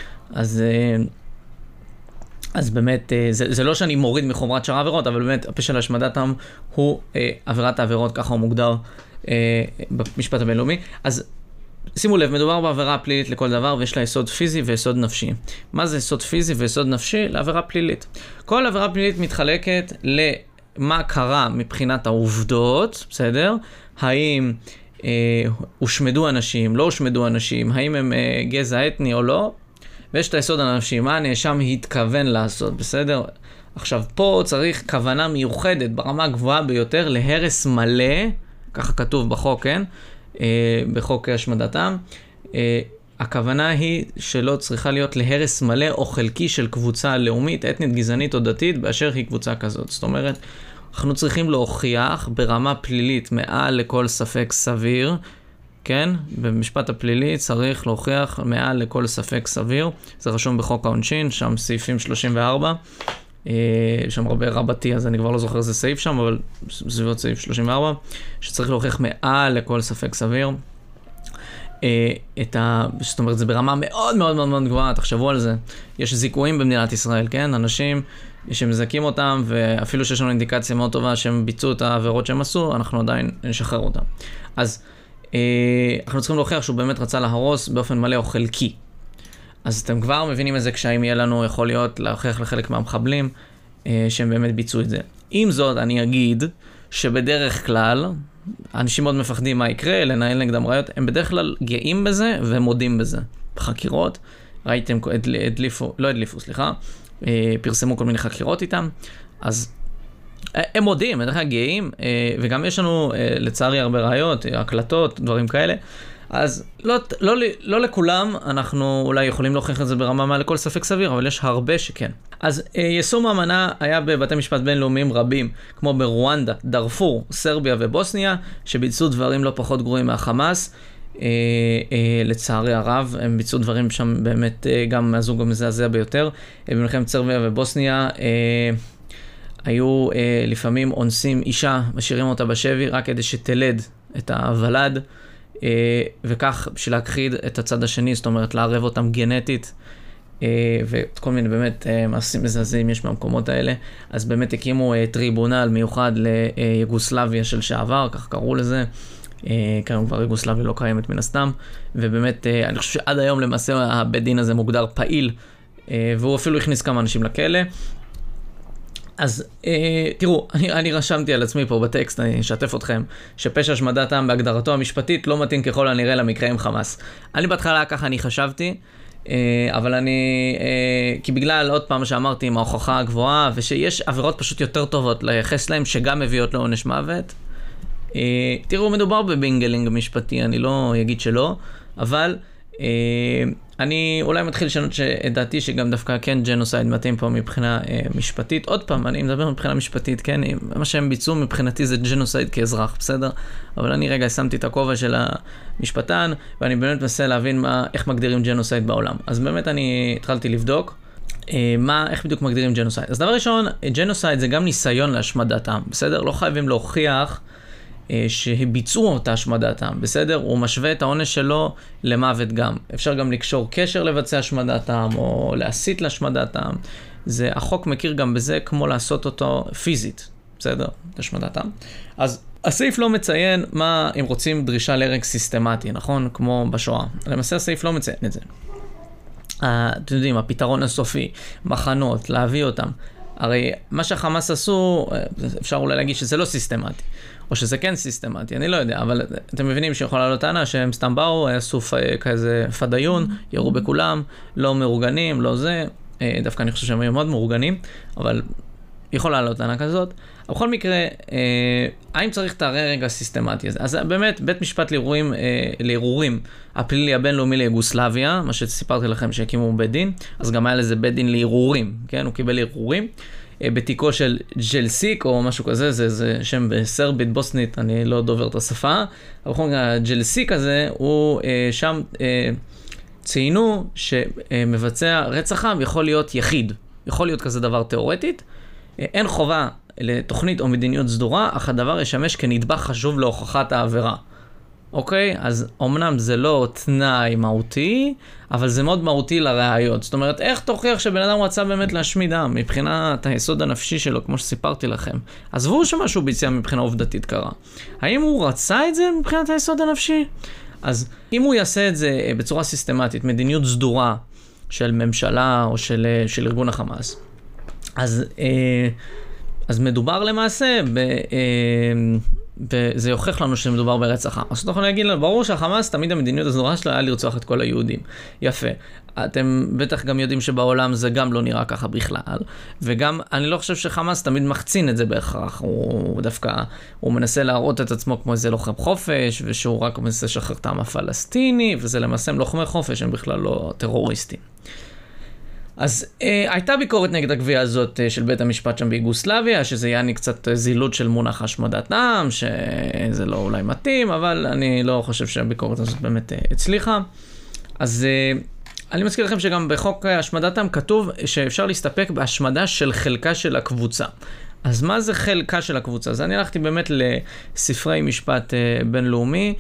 אז באמת, זה לא שאני מוריד מחומרת שאר העבירות, אבל באמת, הפשע להשמדת עם הוא עבירת העבירות, ככה הוא מוגדר במשפט הבינלאומי. אז שימו לב, מדובר בעבירה פלילית לכל דבר, ויש לה יסוד פיזי ויסוד נפשי. מה זה יסוד פיזי ויסוד נפשי? לעבירה פלילית. כל עבירה פלילית מתחלקת למה קרה מבחינת העובדות, בסדר? האם הושמדו אנשים, לא הושמדו אנשים, האם הם גזע אתני או לא? ויש את היסוד הנפשי, מה הנאשם התכוון לעשות, בסדר? עכשיו, פה צריך כוונה מיוחדת ברמה הגבוהה ביותר להרס מלא, ככה כתוב בחוק, כן? בחוק השמדתם. הכוונה היא שלא צריכה להיות להרס מלא או חלקי של קבוצה לאומית, אתנית, גזענית או דתית, באשר היא קבוצה כזאת. זאת אומרת, אנחנו צריכים להוכיח ברמה פלילית מעל לכל ספק סביר, כן? במשפט הפלילי צריך להוכיח מעל לכל ספק סביר. זה רשום בחוק העונשין, שם סעיפים 34. שם הרבה רבתי, אז אני כבר לא זוכר איזה סעיף שם, אבל סביבות סעיף 34, שצריך להוכיח מעל לכל ספק סביר. זאת אומרת, זה ברמה מאוד מאוד מאוד מאוד גבוהה, תחשבו על זה. יש זיכויים במדינת ישראל, כן? אנשים שמזכים אותם, ואפילו שיש לנו אינדיקציה מאוד טובה שהם ביצעו את העבירות שהם עשו, אנחנו עדיין נשחרר אותם. אז אנחנו צריכים להוכיח שהוא באמת רצה להרוס באופן מלא או חלקי. אז אתם כבר מבינים איזה קשיים יהיה לנו, יכול להיות להוכיח לחלק מהמחבלים שהם באמת ביצעו את זה. עם זאת, אני אגיד שבדרך כלל, אנשים מאוד מפחדים מה יקרה, לנהל נגדם ראיות, הם בדרך כלל גאים בזה ומודים בזה. בחקירות, ראיתם, פרסמו כל מיני חקירות איתם, אז הם מודים, בדרך כלל גאים, וגם יש לנו לצערי הרבה ראיות, הקלטות, דברים כאלה, אז לא לכולם אנחנו אולי יכולים להוכיח את זה ברמה מה לכל ספק סביר, אבל יש הרבה שכן. אז יישום האמנה היה בבתי משפט בינלאומיים רבים, כמו ברואנדה, דארפור, סרביה ובוסניה, שביצעו דברים לא פחות גרועים מהחמאס. לצערי הרב, הם ביצעו דברים שם באמת גם מהזוג המזעזע ביותר. במלחמת סרביה ובוסניה היו לפעמים אונסים אישה, משאירים אותה בשבי רק כדי שתלד את הוולד, וכך בשביל להכחיד את הצד השני, זאת אומרת לערב אותם גנטית, וכל מיני באמת מעשים מזעזעים יש במקומות האלה. אז באמת הקימו טריבונל מיוחד ליוגוסלביה של שעבר, כך קראו לזה. כיום כבר יוגוסלביה לא קיימת מן הסתם, ובאמת אני חושב שעד היום למעשה הבית דין הזה מוגדר פעיל, והוא אפילו הכניס כמה אנשים לכלא. אז תראו, אני רשמתי על עצמי פה בטקסט, אני אשתף אתכם, שפשע השמדת עם בהגדרתו המשפטית לא מתאים ככל הנראה למקרה עם חמאס. אני בהתחלה ככה אני חשבתי, אבל כי בגלל עוד פעם שאמרתי עם ההוכחה הגבוהה, ושיש עבירות פשוט יותר טובות לייחס להם שגם מביאות לעונש מוות. תראו, מדובר בבינגלינג משפטי, אני לא אגיד שלא, אבל אני אולי מתחיל לשנות את דעתי שגם דווקא כן ג'נוסייד מתאים פה מבחינה משפטית. עוד פעם, אני מדבר מבחינה משפטית, כן? מה שהם ביצעו מבחינתי זה ג'נוסייד כאזרח, בסדר? אבל אני רגע שמתי את הכובע של המשפטן, ואני באמת מנסה להבין איך מגדירים ג'נוסייד בעולם. אז באמת אני התחלתי לבדוק איך בדיוק מגדירים ג'נוסייד. אז דבר ראשון, ג'נוסייד זה גם ניסיון להשמדת עם, בסדר? לא חייבים להוכיח שביצעו אותה השמדת עם, בסדר? הוא משווה את העונש שלו למוות גם. אפשר גם לקשור קשר לבצע השמדת עם, או להסית להשמדת עם. החוק מכיר גם בזה כמו לעשות אותו פיזית, בסדר? השמדת עם. אז הסעיף לא מציין מה, אם רוצים דרישה להרג סיסטמטי, נכון? כמו בשואה. למעשה הסעיף לא מציין את זה. אתם יודעים, הפתרון הסופי, מחנות, להביא אותם. הרי מה שהחמאס עשו, אפשר אולי להגיד שזה לא סיסטמטי, או שזה כן סיסטמטי, אני לא יודע, אבל אתם מבינים שיכולה להיות טענה שהם סתם באו, עשו כזה פדיון, ירו בכולם, לא מאורגנים, לא זה, דווקא אני חושב שהם היו מאוד מאורגנים, אבל יכולה לעלות טענה כזאת. בכל מקרה, האם צריך תארי רגע סיסטמטי הזה? אז באמת, בית משפט לערעורים הפלילי הבינלאומי ליוגוסלביה, מה שסיפרתי לכם שהקימו בית דין, אז גם היה לזה בית דין לערעורים, כן? הוא קיבל ערעורים. בתיקו של ג'לסיק או משהו כזה, זה שם בסרבית, בוסנית, אני לא דובר את השפה, אבל בכל מקרה, הג'לסיק הזה, הוא שם ציינו שמבצע רצח עם יכול להיות יחיד, יכול להיות כזה דבר תיאורטית, אין חובה לתוכנית או מדיניות סדורה, אך הדבר ישמש כנדבך חשוב להוכחת העבירה. אוקיי? אז אמנם זה לא תנאי מהותי, אבל זה מאוד מהותי לראיות. זאת אומרת, איך תוכיח שבן אדם רצה באמת להשמיד עם, מבחינת היסוד הנפשי שלו, כמו שסיפרתי לכם. עזבו שמשהו ביצע מבחינה עובדתית קרה. האם הוא רצה את זה מבחינת היסוד הנפשי? אז אם הוא יעשה את זה בצורה סיסטמטית, מדיניות סדורה של ממשלה או של ארגון החמאס, אז מדובר למעשה וזה יוכיח לנו שמדובר ברצח עם. אז אנחנו נגיד לנו, ברור שהחמאס תמיד המדיניות הסדורה שלו היה לרצוח את כל היהודים. יפה. אתם בטח גם יודעים שבעולם זה גם לא נראה ככה בכלל. וגם אני לא חושב שחמאס תמיד מחצין את זה בהכרח. הוא דווקא, הוא מנסה להראות את עצמו כמו איזה לוחם חופש, ושהוא רק מנסה לשחרר את העם הפלסטיני, וזה למעשה לוחמי חופש, הם בכלל לא טרוריסטים. אז הייתה ביקורת נגד הגבייה הזאת של בית המשפט שם ביוגוסלביה, שזה יעני קצת זילות של מונח השמדת עם, שזה לא אולי מתאים, אבל אני לא חושב שהביקורת הזאת באמת הצליחה. אז אני מזכיר לכם שגם בחוק השמדת עם כתוב שאפשר להסתפק בהשמדה של חלקה של הקבוצה. אז מה זה חלקה של הקבוצה? אז אני הלכתי באמת לספרי משפט בינלאומי,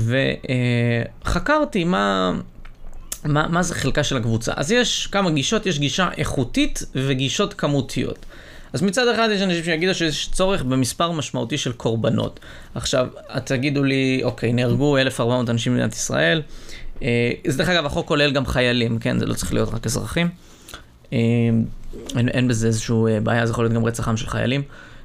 וחקרתי מה זה חלקה של הקבוצה. אז יש כמה גישות, יש גישה איכותית וגישות כמותיות. אז מצד אחד יש אנשים שיגידו שיש צורך במספר משמעותי של קורבנות. עכשיו, תגידו לי, אוקיי, נהרגו 1,400 אנשים במדינת ישראל. זה דרך אגב, החוק כולל גם חיילים, כן? זה לא צריך להיות רק אזרחים. אין בזה איזשהו בעיה, זה יכול להיות גם רצח עם של חיילים.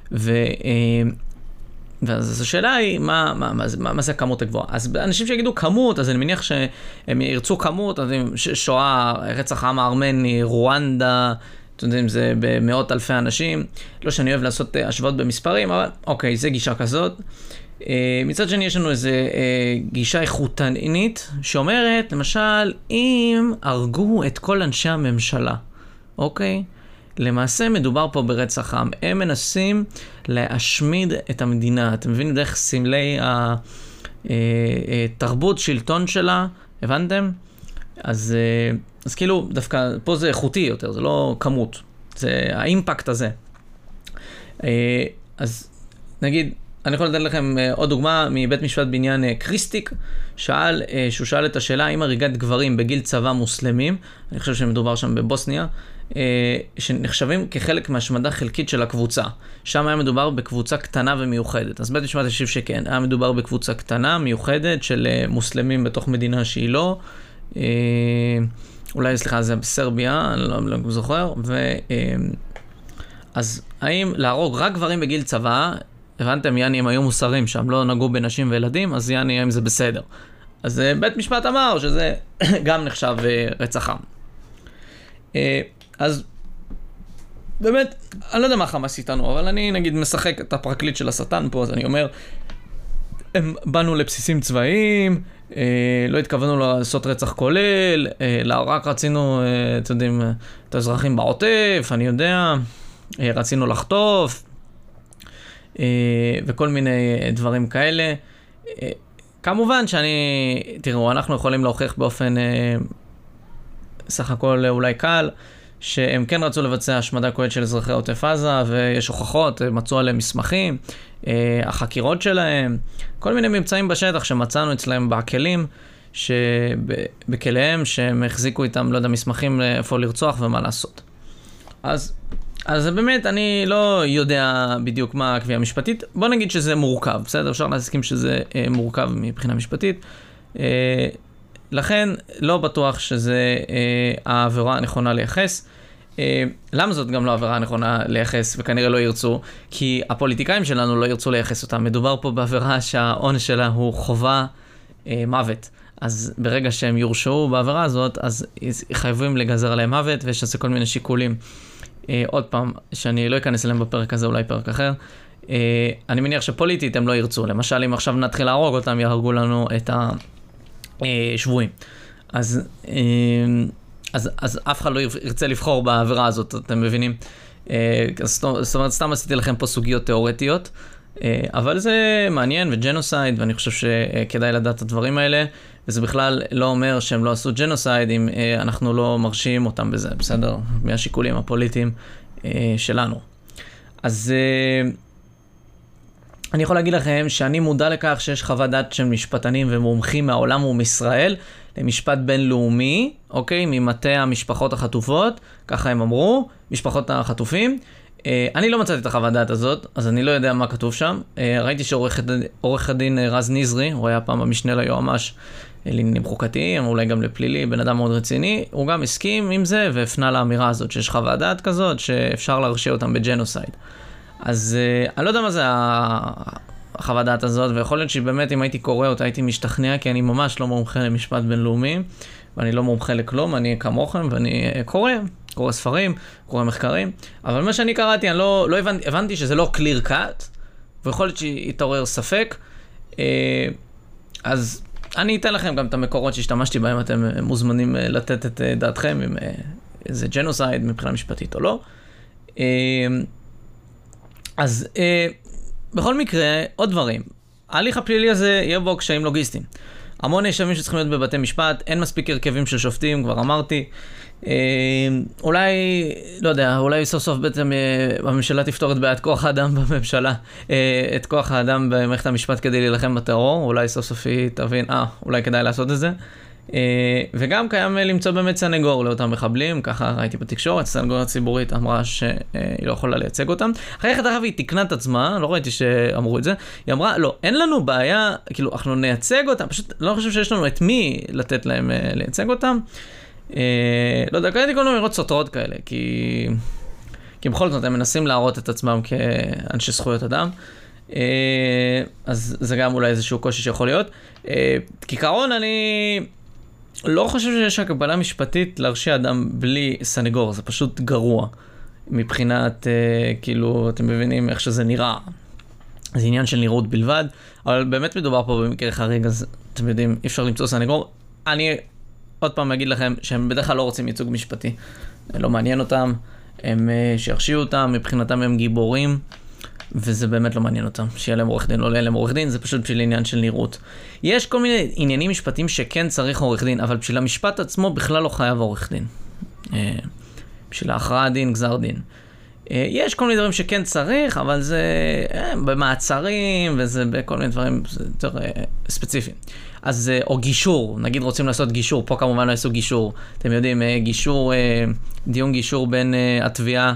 ואז השאלה היא, מה זה הכמות הגבוהה? אז אנשים שיגידו כמות, אז אני מניח שהם ירצו כמות, אז שואה, רצח העם הארמני, רואנדה, אתם יודעים, זה במאות אלפי אנשים. לא שאני אוהב לעשות השוואות במספרים, אבל אוקיי, זה גישה כזאת. מצד שני, יש לנו איזו גישה איכותנית, שאומרת, למשל, אם הרגו את כל אנשי הממשלה, אוקיי? למעשה מדובר פה ברצח עם. הם מנסים להשמיד את המדינה. אתם מבינים דרך סמלי התרבות, שלטון שלה, הבנתם? אז כאילו, דווקא פה זה איכותי יותר, זה לא כמות. זה האימפקט הזה. אז נגיד, אני יכול לתת לכם עוד דוגמה מבית משפט בעניין קריסטיק, שהוא שאל את השאלה האם הריגת גברים בגיל צבא מוסלמים, אני חושב שמדובר שם בבוסניה, שנחשבים כחלק מהשמדה חלקית של הקבוצה. שם היה מדובר בקבוצה קטנה ומיוחדת. אז בית משפט השיב שכן, היה מדובר בקבוצה קטנה, מיוחדת, של מוסלמים בתוך מדינה שהיא לא, אולי סליחה, זה בסרביה, אני לא זוכר, אז האם להרוג רק גברים בגיל צבא, הבנתם, יעני הם היו מוסרים שם, לא נגעו בנשים וילדים, אז יעני הם זה בסדר. אז בית משפט אמר שזה גם נחשב רצח עם. אז באמת, אני לא יודע מה חמאס איתנו, אבל אני נגיד משחק את הפרקליט של השטן פה, אז אני אומר, הם באנו לבסיסים צבאיים, לא התכוונו לעשות רצח כולל, רק רצינו, אתם יודעים, את האזרחים בעוטף, אני יודע, רצינו לחטוף, וכל מיני דברים כאלה. כמובן שאני, תראו, אנחנו יכולים להוכיח באופן סך הכל אולי קל, שהם כן רצו לבצע השמדה כוללת של אזרחי עוטף עזה, ויש הוכחות, מצאו עליהם מסמכים, החקירות שלהם, כל מיני ממצאים בשטח שמצאנו אצלהם בכלים, בכליהם שהם החזיקו איתם, לא יודע, מסמכים איפה לרצוח ומה לעשות. אז באמת אני לא יודע בדיוק מה הקביעה המשפטית. בוא נגיד שזה מורכב, בסדר? אפשר להסכים שזה מורכב מבחינה משפטית. לכן לא בטוח שזה העבירה הנכונה לייחס. למה זאת גם לא העבירה הנכונה לייחס וכנראה לא ירצו? כי הפוליטיקאים שלנו לא ירצו לייחס אותה. מדובר פה בעבירה שהעונש שלה הוא חובה מוות. אז ברגע שהם יורשעו בעבירה הזאת, אז חייבים לגזר עליהם מוות, ויש לזה כל מיני שיקולים עוד פעם, שאני לא אכנס אליהם בפרק הזה, אולי פרק אחר, אני מניח שפוליטית הם לא ירצו. למשל, אם עכשיו נתחיל להרוג אותם, יהרגו לנו את השבויים. אז אף אחד לא ירצה לבחור בעבירה הזאת, אתם מבינים? זאת אומרת, סתם עשיתי לכם פה סוגיות תיאורטיות, אבל זה מעניין וג'נוסייד, ואני חושב שכדאי לדעת את הדברים האלה, וזה בכלל לא אומר שהם לא עשו ג'נוסייד אם אנחנו לא מרשים אותם בזה, בסדר? מהשיקולים הפוליטיים שלנו. אז אני יכול להגיד לכם שאני מודע לכך שיש חוות דעת של משפטנים ומומחים מהעולם ומישראל למשפט בינלאומי, אוקיי? ממטה המשפחות החטופות, ככה הם אמרו, משפחות החטופים. אני לא מצאתי את החוות דעת הזאת, אז אני לא יודע מה כתוב שם. ראיתי שעורך הדין רז נזרי, הוא היה פעם המשנה ליועמ"ש לעניינים חוקתיים, אולי גם לפלילי, בן אדם מאוד רציני, הוא גם הסכים עם זה והפנה לאמירה הזאת שיש חוות דעת כזאת, שאפשר להרשיע אותם בג'נוסייד. אז אני לא יודע מה זה החוות דעת הזאת, ויכול להיות שבאמת אם הייתי קורא אותה הייתי משתכנע, כי אני ממש לא מומחה למשפט בינלאומי, ואני לא מומחה לכלום, אני כמוכם, ואני קורא ספרים, קורא מחקרים, אבל מה שאני קראתי, אני לא הבנתי שזה לא clear cut, ויכול להיות שיתעורר ספק, אז אני אתן לכם גם את המקורות שהשתמשתי בהם, אתם מוזמנים לתת את דעתכם, אם זה ג'נוסייד מבחינה משפטית או לא. אז בכל מקרה, עוד דברים. ההליך הפלילי הזה יהיה בו קשיים לוגיסטיים. המון נאשמים שצריכים להיות בבתי משפט, אין מספיק הרכבים של שופטים, כבר אמרתי. אולי, לא יודע, אולי סוף סוף בעצם הממשלה תפתור את בעיית כוח האדם בממשלה, את כוח האדם במערכת המשפט כדי להילחם בטרור, אולי סוף סוף היא תבין, אולי כדאי לעשות את זה. וגם קיים למצוא באמת סנגור לאותם מחבלים, ככה ראיתי בתקשורת, סנגוריה ציבורית אמרה שהיא לא יכולה לייצג אותם. אחרי כך היא תקנה את עצמה, לא ראיתי שאמרו את זה, היא אמרה, לא, אין לנו בעיה, כאילו, אנחנו נייצג אותם, פשוט לא חושב שיש לנו את מי לתת להם לייצג אותם. לא יודע, קראתי כל מיני אמירות סותרות כאלה, כי בכל זאת הם מנסים להראות את עצמם כאנשי זכויות אדם. אז זה גם אולי איזשהו קושי שיכול להיות. כעיקרון אני לא חושב שיש הקבלה משפטית להרשיע אדם בלי סנגור, זה פשוט גרוע מבחינת, כאילו, אתם מבינים איך שזה נראה. זה עניין של נראות בלבד, אבל באמת מדובר פה במקרה חריג, אז אתם יודעים, אי אפשר למצוא סנגור. אני עוד פעם אגיד לכם שהם בדרך כלל לא רוצים ייצוג משפטי, לא מעניין אותם, הם שירשיעו אותם, מבחינתם הם גיבורים, וזה באמת לא מעניין אותם, שיהיה להם עורך דין, לא יהיה להם עורך דין, זה פשוט בשביל עניין של נראות. יש כל מיני עניינים משפטיים שכן צריך עורך דין, אבל בשביל המשפט עצמו בכלל לא חייב עורך דין. בשביל ההכרעת דין, גזר דין. יש כל מיני דברים שכן צריך, אבל זה במעצרים, וזה בכל מיני דברים יותר ספציפיים. אז, או גישור, נגיד רוצים לעשות גישור, פה כמובן לא יעשו גישור. אתם יודעים, גישור, דיון גישור בין התביעה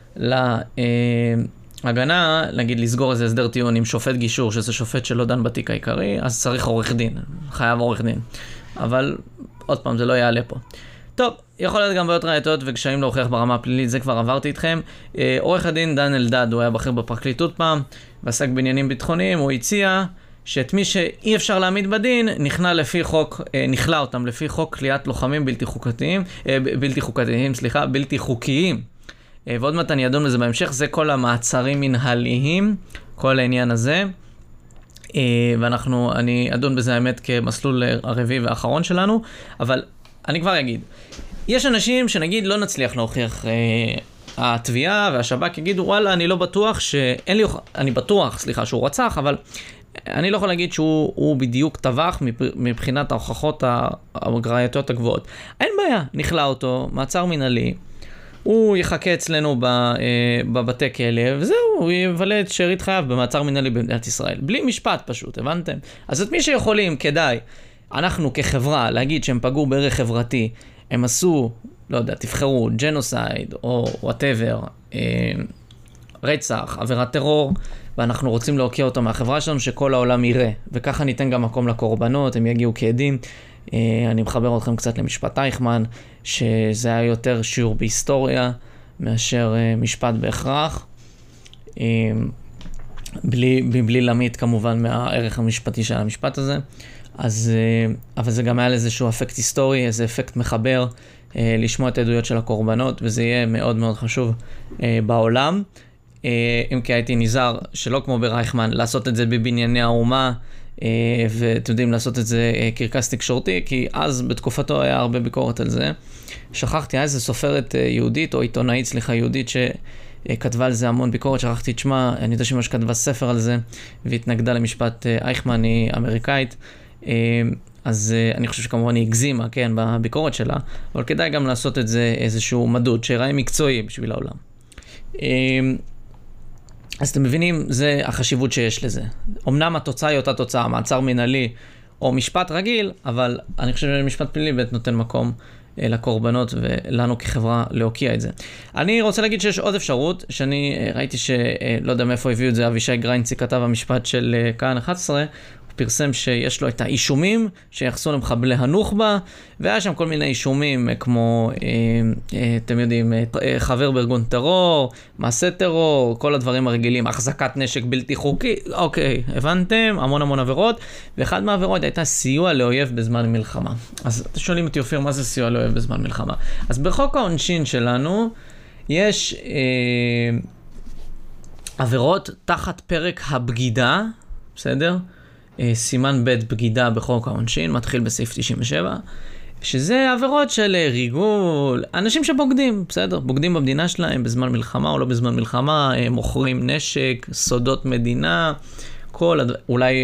להגנה, נגיד לסגור איזה הסדר טיעון עם שופט גישור, שזה שופט שלא דן בתיק העיקרי, אז צריך עורך דין, חייב עורך דין. אבל עוד פעם, זה לא יעלה פה. טוב, יכול להיות גם בעיות ראייתיות וקשיים להוכיח ברמה הפלילית, זה כבר עברתי איתכם. עורך הדין דן אלדד, הוא היה בכיר בפרקליטות פעם, ועסק בעניינים ביטחוניים, הוא הציע שאת מי שאי אפשר להעמיד בדין, נכלה אותם לפי חוק כליאת לוחמים בלתי חוקיים. ועוד מעט אני אדון בזה בהמשך, זה כל המעצרים מנהליים, כל העניין הזה. ואני אדון בזה האמת כמסלול הרביעי והאחרון שלנו, אבל אני כבר אגיד, יש אנשים שנגיד לא נצליח להוכיח, התביעה והשב"כ יגידו, וואלה, אני לא בטוח אני בטוח, שהוא רצח, אבל אני לא יכול להגיד שהוא בדיוק טבח מבחינת ההוכחות הראייתיות הגבוהות. אין בעיה, נכלה אותו, מעצר מנהלי, הוא יחכה אצלנו בבתי כלא, וזהו, הוא יבלה את שארית חייו במעצר מנהלי במדינת ישראל. בלי משפט פשוט, הבנתם? אז את מי שיכולים, כדאי, אנחנו כחברה להגיד שהם פגעו בערך חברתי, הם עשו, לא יודע, תבחרו, ג'נוסייד או whatever, רצח, עבירת טרור, ואנחנו רוצים להוקיע אותו מהחברה שלנו שכל העולם יראה, וככה ניתן גם מקום לקורבנות, הם יגיעו כעדים. אני מחבר אתכם קצת למשפט אייכמן, שזה היה יותר שיעור בהיסטוריה מאשר משפט בהכרח, בלי להמעיט כמובן מהערך המשפטי של המשפט הזה. אז, אבל זה גם היה איזשהו אפקט היסטורי, איזה אפקט מחבר, לשמוע את העדויות של הקורבנות, וזה יהיה מאוד מאוד חשוב בעולם. אם כי הייתי נזהר, שלא כמו ברייכמן, לעשות את זה בבנייני האומה, ואתם יודעים, לעשות את זה קרקס תקשורתי, כי אז בתקופתו היה הרבה ביקורת על זה. שכחתי, איזה סופרת יהודית, או עיתונאית, יהודית, שכתבה על זה המון ביקורת, שכחתי את שמה, אני יודע שמה שכתבה ספר על זה, והתנגדה למשפט אייכמן, היא אמריקאית, אז אני חושב שכמובן היא הגזימה, כן, בביקורת שלה, אבל כדאי גם לעשות את זה איזשהו מדוד, שיראה מקצועי בשביל העולם. אז אתם מבינים, זה החשיבות שיש לזה. אמנם התוצאה היא אותה תוצאה, מעצר מנהלי או משפט רגיל, אבל אני חושב שמשפט פלילי באמת נותן מקום לקורבנות ולנו כחברה להוקיע את זה. אני רוצה להגיד שיש עוד אפשרות, שאני ראיתי שלא יודע מאיפה הביאו את זה, אבישי גריינצי כתב המשפט של כאן 11, פרסם שיש לו את האישומים שיחסו למחבלי הנוח'בה, והיה שם כל מיני אישומים כמו, אתם יודעים, חבר בארגון טרור, מעשה טרור, כל הדברים הרגילים, החזקת נשק בלתי חוקי, אוקיי, הבנתם? המון עבירות, ואחד מהעבירות הייתה סיוע לאויב בזמן מלחמה. אז אתם שואלים אותי, אופיר, מה זה סיוע לאויב בזמן מלחמה? אז בחוק העונשין שלנו יש עבירות תחת פרק הבגידה, בסדר? סימן ב' בגידה בחוק העונשין, מתחיל בסעיף 97, שזה עבירות של ריגול, אנשים שבוגדים, בסדר? בוגדים במדינה שלהם בזמן מלחמה או לא בזמן מלחמה, מוכרים נשק, סודות מדינה, אולי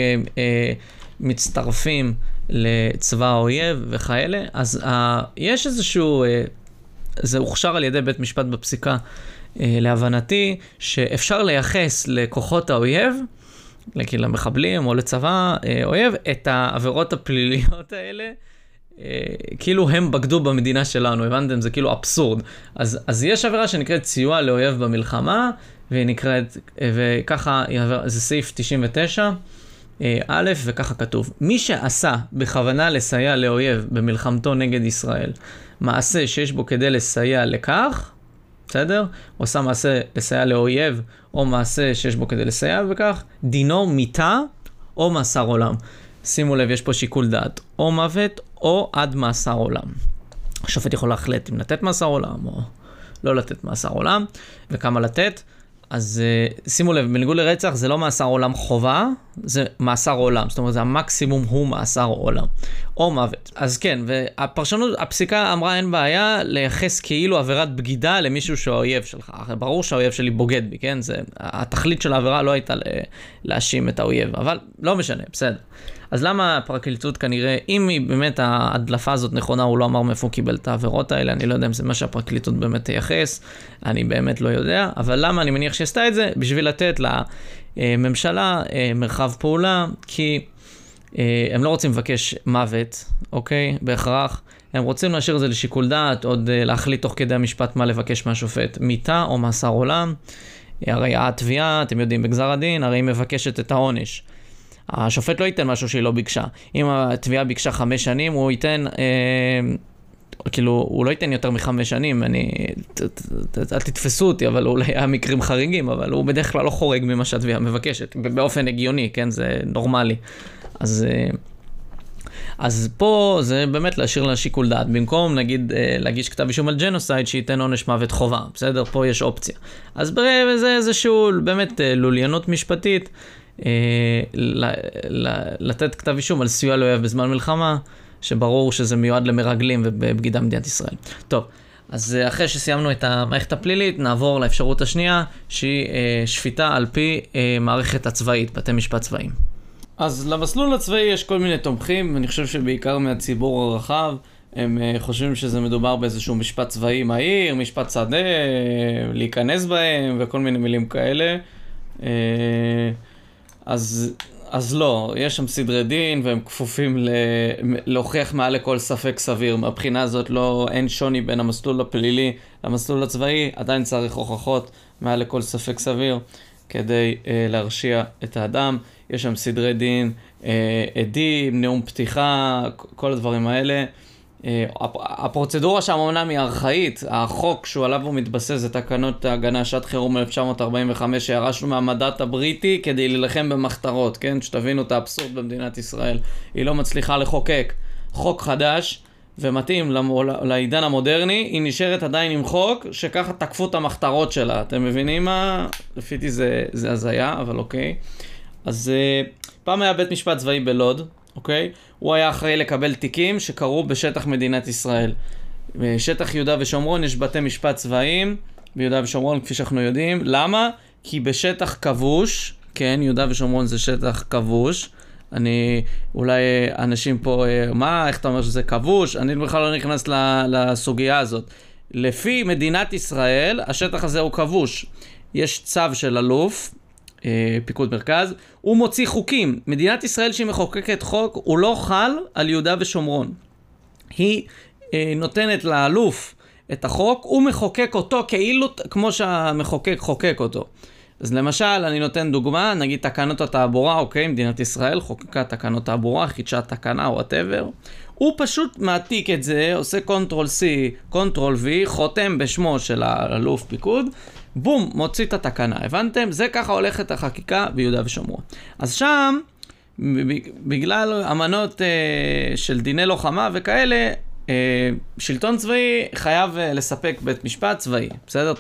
מצטרפים לצבא האויב וכאלה. אז יש איזשהו, זה הוכשר על ידי בית משפט בפסיקה, להבנתי, שאפשר לייחס לכוחות האויב, למחבלים או לצבא אויב, את העבירות הפליליות האלה, כאילו הם בגדו במדינה שלנו, הבנתם? זה כאילו אבסורד. אז יש עבירה שנקראת סיוע לאויב במלחמה, והיא נקראת, וככה, זה סעיף 99, א', וככה כתוב. מי שעשה בכוונה לסייע לאויב במלחמתו נגד ישראל, מעשה שיש בו כדי לסייע לכך, בסדר? הוא עשה מעשה לסייע לאויב, או מעשה שיש בו כדי לסייע בכך, דינו מיתה או מאסר עולם. שימו לב, יש פה שיקול דעת, או מוות או עד מאסר עולם. השופט יכול להחליט אם לתת מאסר עולם או לא לתת מאסר עולם, וכמה לתת. אז שימו לב, בניגוד לרצח זה לא מאסר עולם חובה, זה מאסר עולם. זאת אומרת, זה המקסימום הוא מאסר עולם. או מוות. אז כן, והפרשנות, הפסיקה אמרה אין בעיה לייחס כאילו עבירת בגידה למישהו שהאויב שלך. ברור שהאויב שלי בוגד בי, כן? התכלית של העבירה לא הייתה להאשים את האויב, אבל לא משנה, בסדר. אז למה הפרקליטות כנראה, אם היא באמת ההדלפה הזאת נכונה, הוא לא אמר מאיפה הוא קיבל את העבירות האלה, אני לא יודע אם זה מה שהפרקליטות באמת תייחס, אני באמת לא יודע, אבל למה אני מניח שעשתה את זה? בשביל לתת לממשלה מרחב פעולה, כי הם לא רוצים לבקש מוות, אוקיי? בהכרח. הם רוצים להשאיר את זה לשיקול דעת, עוד להחליט תוך כדי המשפט מה לבקש מהשופט, מיתה או מאסר עולם. הרי התביעה, אתם יודעים, בגזר הדין, הרי היא מבקשת את העונש. השופט לא ייתן משהו שהיא לא ביקשה. אם התביעה ביקשה 5 שנים, הוא ייתן, כאילו, הוא לא ייתן יותר מ5 שנים, אל תתפסו אותי, אבל אולי היה מקרים חריגים, אבל הוא בדרך כלל לא חורג ממה שהתביעה מבקשת, באופן הגיוני, כן, זה נורמלי. אז פה זה באמת להשאיר לה שיקול דעת. במקום, נגיד, להגיש כתב אישום על ג'נוסייד, שייתן עונש מוות חובה, בסדר? פה יש אופציה. אז זה איזשהו, באמת, לוליינות משפטית, לתת כתב אישום על סיוע לאויב בזמן מלחמה, שברור שזה מיועד למרגלים ובבגידה מדינת ישראל. טוב, אז אחרי שסיימנו את המערכת הפלילית, נעבור לאפשרות השנייה, שהיא שפיטה על פי מערכת הצבאית, בתי משפט צבאיים. אז למסלול הצבאי יש כל מיני תומכים, ואני חושב שבעיקר מהציבור הרחב, הם חושבים שזה מדובר באיזשהו משפט צבאי מהיר, משפט שדה, להיכנס בהם וכל מיני מילים כאלה. אז לא, יש שם סדרי דין והם כפופים להוכיח מעל לכל ספק סביר. מהבחינה הזאת אין שוני בין המסלול הפלילי למסלול הצבאי, עדיין צריך הוכחות מעל לכל ספק סביר כדי להרשיע את האדם. יש שם סדרי דין, עדים, נאום פתיחה, כל הדברים האלה. הפרוצדורה שם אומנם היא ארכאית, החוק שהוא עליו הוא מתבסס זה תקנות ההגנה שעת חירום 1945 שירשנו מהמנדט הבריטי כדי להילחם במחתרות, כן? שתבינו את האבסורד במדינת ישראל. היא לא מצליחה לחוקק חוק חדש ומתאים לעידן המודרני, היא נשארת עדיין עם חוק, שככה תקפו את המחתרות שלה. אתם מבינים מה? לפיתי זה הזיה, אבל אוקיי. אז פעם היה בית משפט צבאי בלוד, אוקיי? הוא היה אחראי לקבל תיקים שקרו בשטח מדינת ישראל. בשטח יהודה ושומרון יש בתי משפט צבאיים, ביהודה ושומרון כפי שאנחנו יודעים. למה? כי בשטח כבוש, כן, יהודה ושומרון זה שטח כבוש. אולי אנשים פה, איך אתה אומר שזה כבוש? אני בכלל לא נכנס לסוגיה הזאת. לפי מדינת ישראל, השטח הזה הוא כבוש. יש צו של אלוף, פיקוד מרכז, הוא מוציא חוקים. מדינת ישראל שהיא מחוקקת חוק, הוא לא חל על יהודה ושומרון. היא נותנת לאלוף את החוק, הוא מחוקק אותו כאילו כמו שהמחוקק חוקק אותו. אז למשל, אני נותן דוגמה, נגיד תקנות התעבורה, אוקיי, מדינת ישראל חוקקה תקנות תעבורה, חידשה תקנה או whatever, הוא פשוט מעתיק את זה, עושה Ctrl-C, Ctrl-V, חותם בשמו של האלוף פיקוד, בום, מוציא את התקנה, הבנתם? זה ככה הולכת החקיקה ביהודה ושומרון. אז שם, בגלל אמנות של דיני לוחמה וכאלה, שלטון צבאי חייב לספק בית משפט צבאי, בסדר?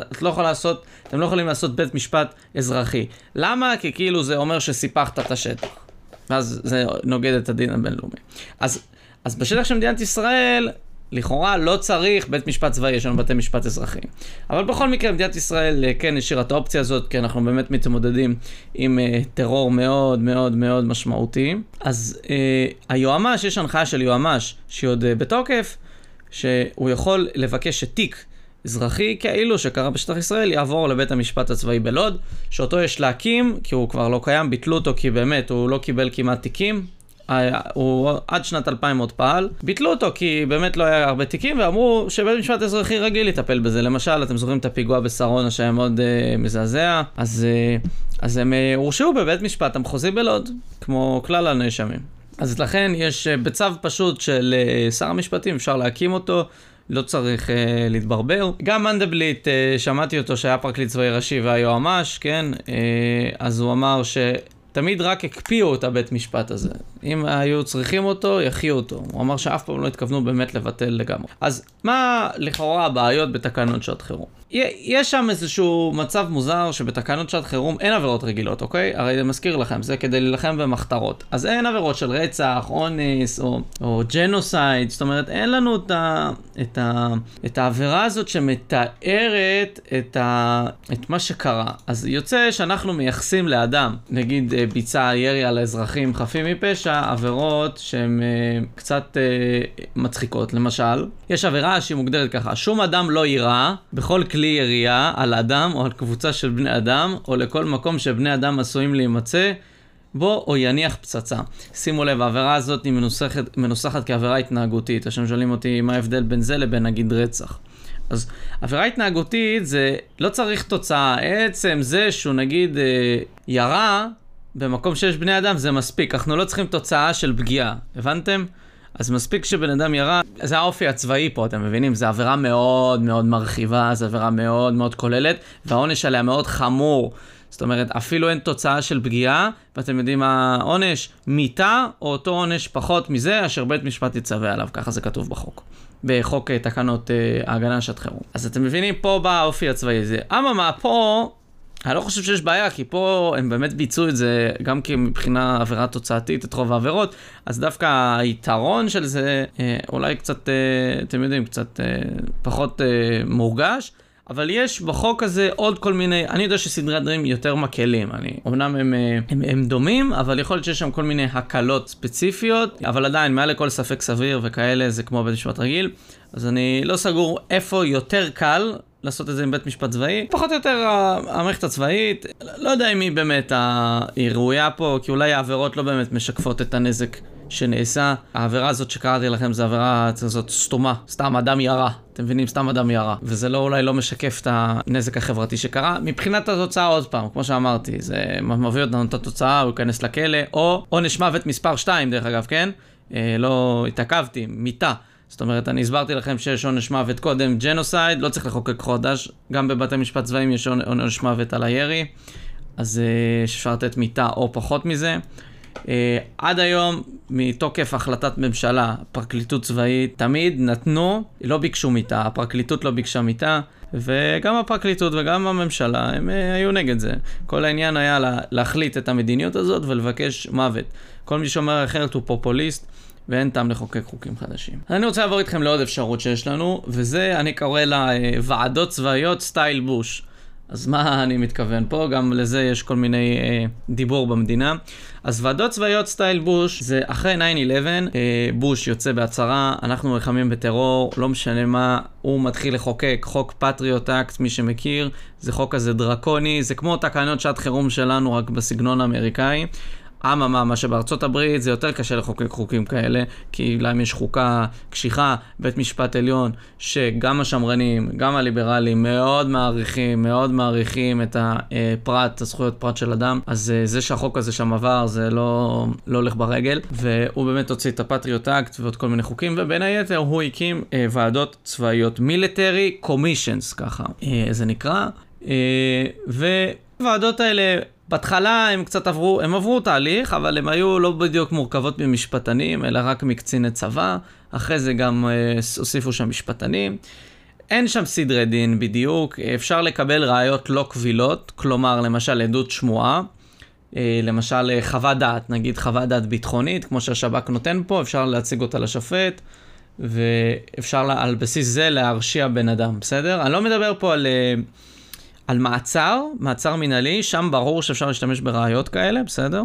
אתם לא יכולים לעשות בית משפט אזרחי. למה? כי כאילו זה אומר שסיפחת את השטח. ואז זה נוגד את הדין הבינלאומי. אז בשטח של מדינת ישראל, לכאורה לא צריך בית משפט צבאי, יש לנו בתי משפט אזרחיים. אבל בכל מקרה, מדינת ישראל כן השאירה את האופציה הזאת, כי אנחנו באמת מתמודדים עם טרור מאוד מאוד מאוד משמעותי. אז היועמ"ש, יש הנחיה של יועמ"ש שהיא עוד בתוקף, שהוא יכול לבקש שתיק אזרחי כאילו שקרה בשטח ישראל יעבור לבית המשפט הצבאי בלוד, שאותו יש להקים, כי הוא כבר לא קיים, ביטלו אותו כי באמת הוא לא קיבל כמעט תיקים. הוא עד שנת 2000 עוד פעל, ביטלו אותו כי באמת לא היה הרבה תיקים, ואמרו שבית משפט אזרחי רגיל לטפל בזה. למשל, אתם זוכרים את הפיגוע בשרונה שהיה מאוד מזעזע, אז הם הורשעו בבית משפט המחוזי בלוד, כמו כלל הנאשמים. אז לכן יש בצו פשוט של שר המשפטים, אפשר להקים אותו, לא צריך להתברבר. גם מנדלבליט, שמעתי אותו שהיה פרקליט צבאי ראשי והיועמ"ש, כן? אז הוא אמר תמיד רק הקפיאו את הבית משפט הזה. אם היו צריכים אותו, יחיו אותו. הוא אמר שאף פעם לא התכוונו באמת לבטל לגמרי. אז מה לכאורה הבעיות בתקנות שעת חירום? יש שם איזשהו מצב מוזר שבתקנות שעת חירום אין עבירות רגילות, אוקיי? הרי זה מזכיר לכם, זה כדי להילחם במחתרות. אז אין עבירות של רצח, אונס או ג'נוסייד. זאת אומרת, אין לנו את העבירה הזאת שמתארת את מה שקרה. אז יוצא שאנחנו מייחסים לאדם, נגיד ביצע ירי על האזרחים חפים מפשע, עבירות שהן קצת מצחיקות. למשל, יש עבירה שהיא מוגדרת ככה, שום אדם לא יירה בכל כלי ירייה על אדם או על קבוצה של בני אדם, או לכל מקום שבני אדם עשויים להימצא בו או יניח פצצה. שימו לב, העבירה הזאת היא מנוסחת כעבירה התנהגותית. אתם שואלים אותי מה ההבדל בין זה לבין נגיד רצח. אז עבירה התנהגותית זה לא צריך תוצאה. עצם זה שהוא נגיד ירה במקום שיש בני אדם זה מספיק. אנחנו לא צריכים תוצאה של פגיעה. הבנתם? אז מספיק שבן אדם ירה. זה האופי הצבאי פה, אתם מבינים? זה עבירה מאוד מאוד מרחיבה, זה עבירה מאוד מאוד כוללת, והעונש עליה מאוד חמור. זאת אומרת, אפילו אין תוצאה של פגיעה, ואתם יודעים מה העונש? מיתה, או אותו עונש פחות מזה, אשר בית משפט יצווה עליו. ככה זה כתוב בחוק. בחוק תקנות ההגנה לשעת חירום. אז אתם מבינים, פה בא האופי הצבאי זה. אממה, פה אני לא חושב שיש בעיה, כי פה הם באמת ביצעו את זה, גם כי מבחינה עבירה תוצאתית, את רוב העבירות, אז דווקא היתרון של זה, אולי קצת, אתם יודעים, קצת פחות מורגש, אבל יש בחוק הזה עוד כל מיני, אני יודע שסדרי הדברים יותר מקלים, אמנם הם דומים, אבל יכול להיות שיש שם כל מיני הקלות ספציפיות, אבל עדיין, מעל לכל ספק סביר וכאלה, זה כמו בית משפט רגיל, אז אני לא סגור איפה יותר קל לעשות את זה עם בית משפט צבאי. פחות או יותר המערכת הצבאית, לא יודע אם היא באמת היא ראויה פה, כי אולי העבירות לא באמת משקפות את הנזק שנעשה. העבירה הזאת שקראתי לכם זה עבירה הזאת סתומה, סתם אדם ירה. אתם מבינים? סתם אדם ירה. וזה לא, אולי לא משקף את הנזק החברתי שקרה. מבחינת התוצאה עוד פעם, כמו שאמרתי, זה מביא אותנו את התוצאה, הוא ייכנס לכלא, או עונש מוות מספר 2 דרך אגב, כן? לא התעכבתי, מיתה. זאת אומרת, אני הסברתי לכם שיש עונש מוות קודם, ג'נוסייד, לא צריך לחוקק חודש, גם בבתי משפט צבאיים יש עונש מוות על הירי, אז אפשר לתת מיתה או פחות מזה. עד היום, מתוקף החלטת ממשלה, פרקליטות צבאית, תמיד נתנו, לא ביקשו מיטה, הפרקליטות לא ביקשה מיטה, וגם הפרקליטות וגם הממשלה, הם היו נגד זה. כל העניין היה להחליט את המדיניות הזאת ולבקש מוות. כל מי שאומר אחרת הוא פופוליסט, ואין טעם לחוקק חוקים חדשים. אני רוצה לעבור איתכם לעוד אפשרות שיש לנו, וזה אני קורא לה ועדות צבאיות סטייל בוש. אז מה אני מתכוון פה? גם לזה יש כל מיני דיבור במדינה. אז ועדות צבאיות סטייל בוש, זה אחרי 9/11, בוש יוצא בהצהרה, אנחנו מלחמים בטרור, לא משנה מה, הוא מתחיל לחוקק חוק פטריוט אקט, מי שמכיר, זה חוק כזה דרקוני, זה כמו תקנות שעת חירום שלנו, רק בסגנון האמריקאי. מה שבארצות הברית זה יותר קשה לחוקק חוקים כאלה, כי להם יש חוקה קשיחה, בית משפט עליון, שגם השמרנים, גם הליברלים מאוד מעריכים את הפרט, הזכויות פרט של אדם, אז זה שהחוק הזה שם עבר, זה לא הולך ברגל, והוא באמת הוציא את הפטריוט אקט ועוד כל מיני חוקים, ובין היתר הוא הקים ועדות צבאיות, military commissions, ככה זה נקרא, וועדות האלה, בהתחלה הם קצת עברו תהליך, אבל הם היו לא בדיוק מורכבות ממשפטנים, אלא רק מקציני צבא. אחרי זה גם הוסיפו שם משפטנים. אין שם סדרי דין בדיוק, אפשר לקבל ראיות לא קבילות, כלומר למשל עדות שמועה, למשל חוות דעת, נגיד חוות דעת ביטחונית, כמו שהשב"כ נותן פה, אפשר להציג אותה לשופט, ואפשר על בסיס זה להרשיע בן אדם, בסדר? אני לא מדבר פה על מעצר מנהלי, שם ברור שאפשר להשתמש בראיות כאלה, בסדר?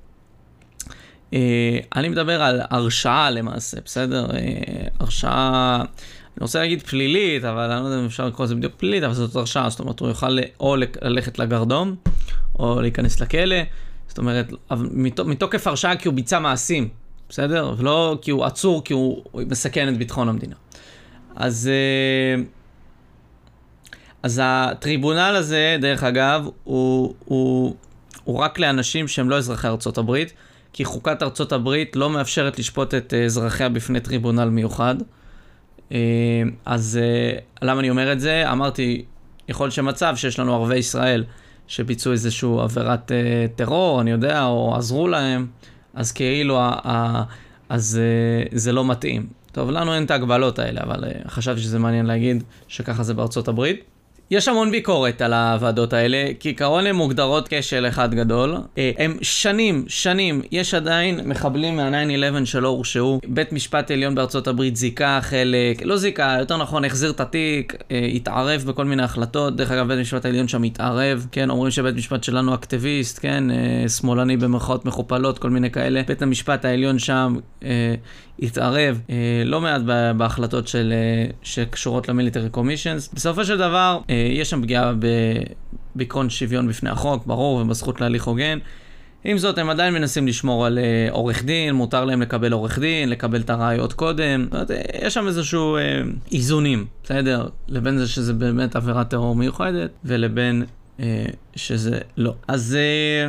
אני מדבר על הרשעה למעשה, בסדר? הרשעה, אני רוצה להגיד פלילית, אבל אני לא יודע אם אפשר לקרוא את זה בדיוק פלילית, אבל זאת הרשעה, זאת אומרת, הוא יוכל או ללכת לגרדום, או להיכנס לכלא, זאת אומרת, מתוקף הרשעה כי הוא ביצע מעשים, בסדר? ולא כי הוא עצור, כי הוא מסכן את ביטחון המדינה. אז הטריבונל הזה, דרך אגב, הוא רק לאנשים שהם לא אזרחי ארצות הברית, כי חוקת ארצות הברית לא מאפשרת לשפוט את אזרחיה בפני טריבונל מיוחד. אז למה אני אומר את זה? אמרתי, יכול שמצב שיש לנו ערבי ישראל שביצעו איזשהו עבירת טרור, אני יודע, או עזרו להם, אז כאילו, אז זה לא מתאים. טוב, לנו אין את ההגבלות האלה, אבל חשבתי שזה מעניין להגיד שככה זה בארצות הברית. יש המון ביקורת על הוועדות האלה, כי כעיקרון הן מוגדרות כשל אחד גדול. הם שנים, יש עדיין מחבלים מה-9/11 שלא הורשעו. בית משפט עליון בארצות הברית זיקה חלק, לא זיקה, יותר נכון, החזיר את התיק, התערב בכל מיני החלטות. דרך אגב, בית משפט העליון שם התערב, כן, אומרים שבית משפט שלנו אקטיביסט, כן, שמאלני במרכאות מחופלות, כל מיני כאלה. בית המשפט העליון שם התערב לא מעט בהחלטות שקשורות למיליטרי קומישנס. בסופו של דבר, יש שם פגיעה בעקרון שוויון בפני החוק, ברור, ובזכות להליך הוגן. עם זאת, הם עדיין מנסים לשמור על עורך דין, מותר להם לקבל עורך דין, לקבל את הראיות קודם. יש שם איזשהו איזונים, בסדר? לבין זה שזה באמת עבירת טרור מיוחדת, ולבין שזה לא. אז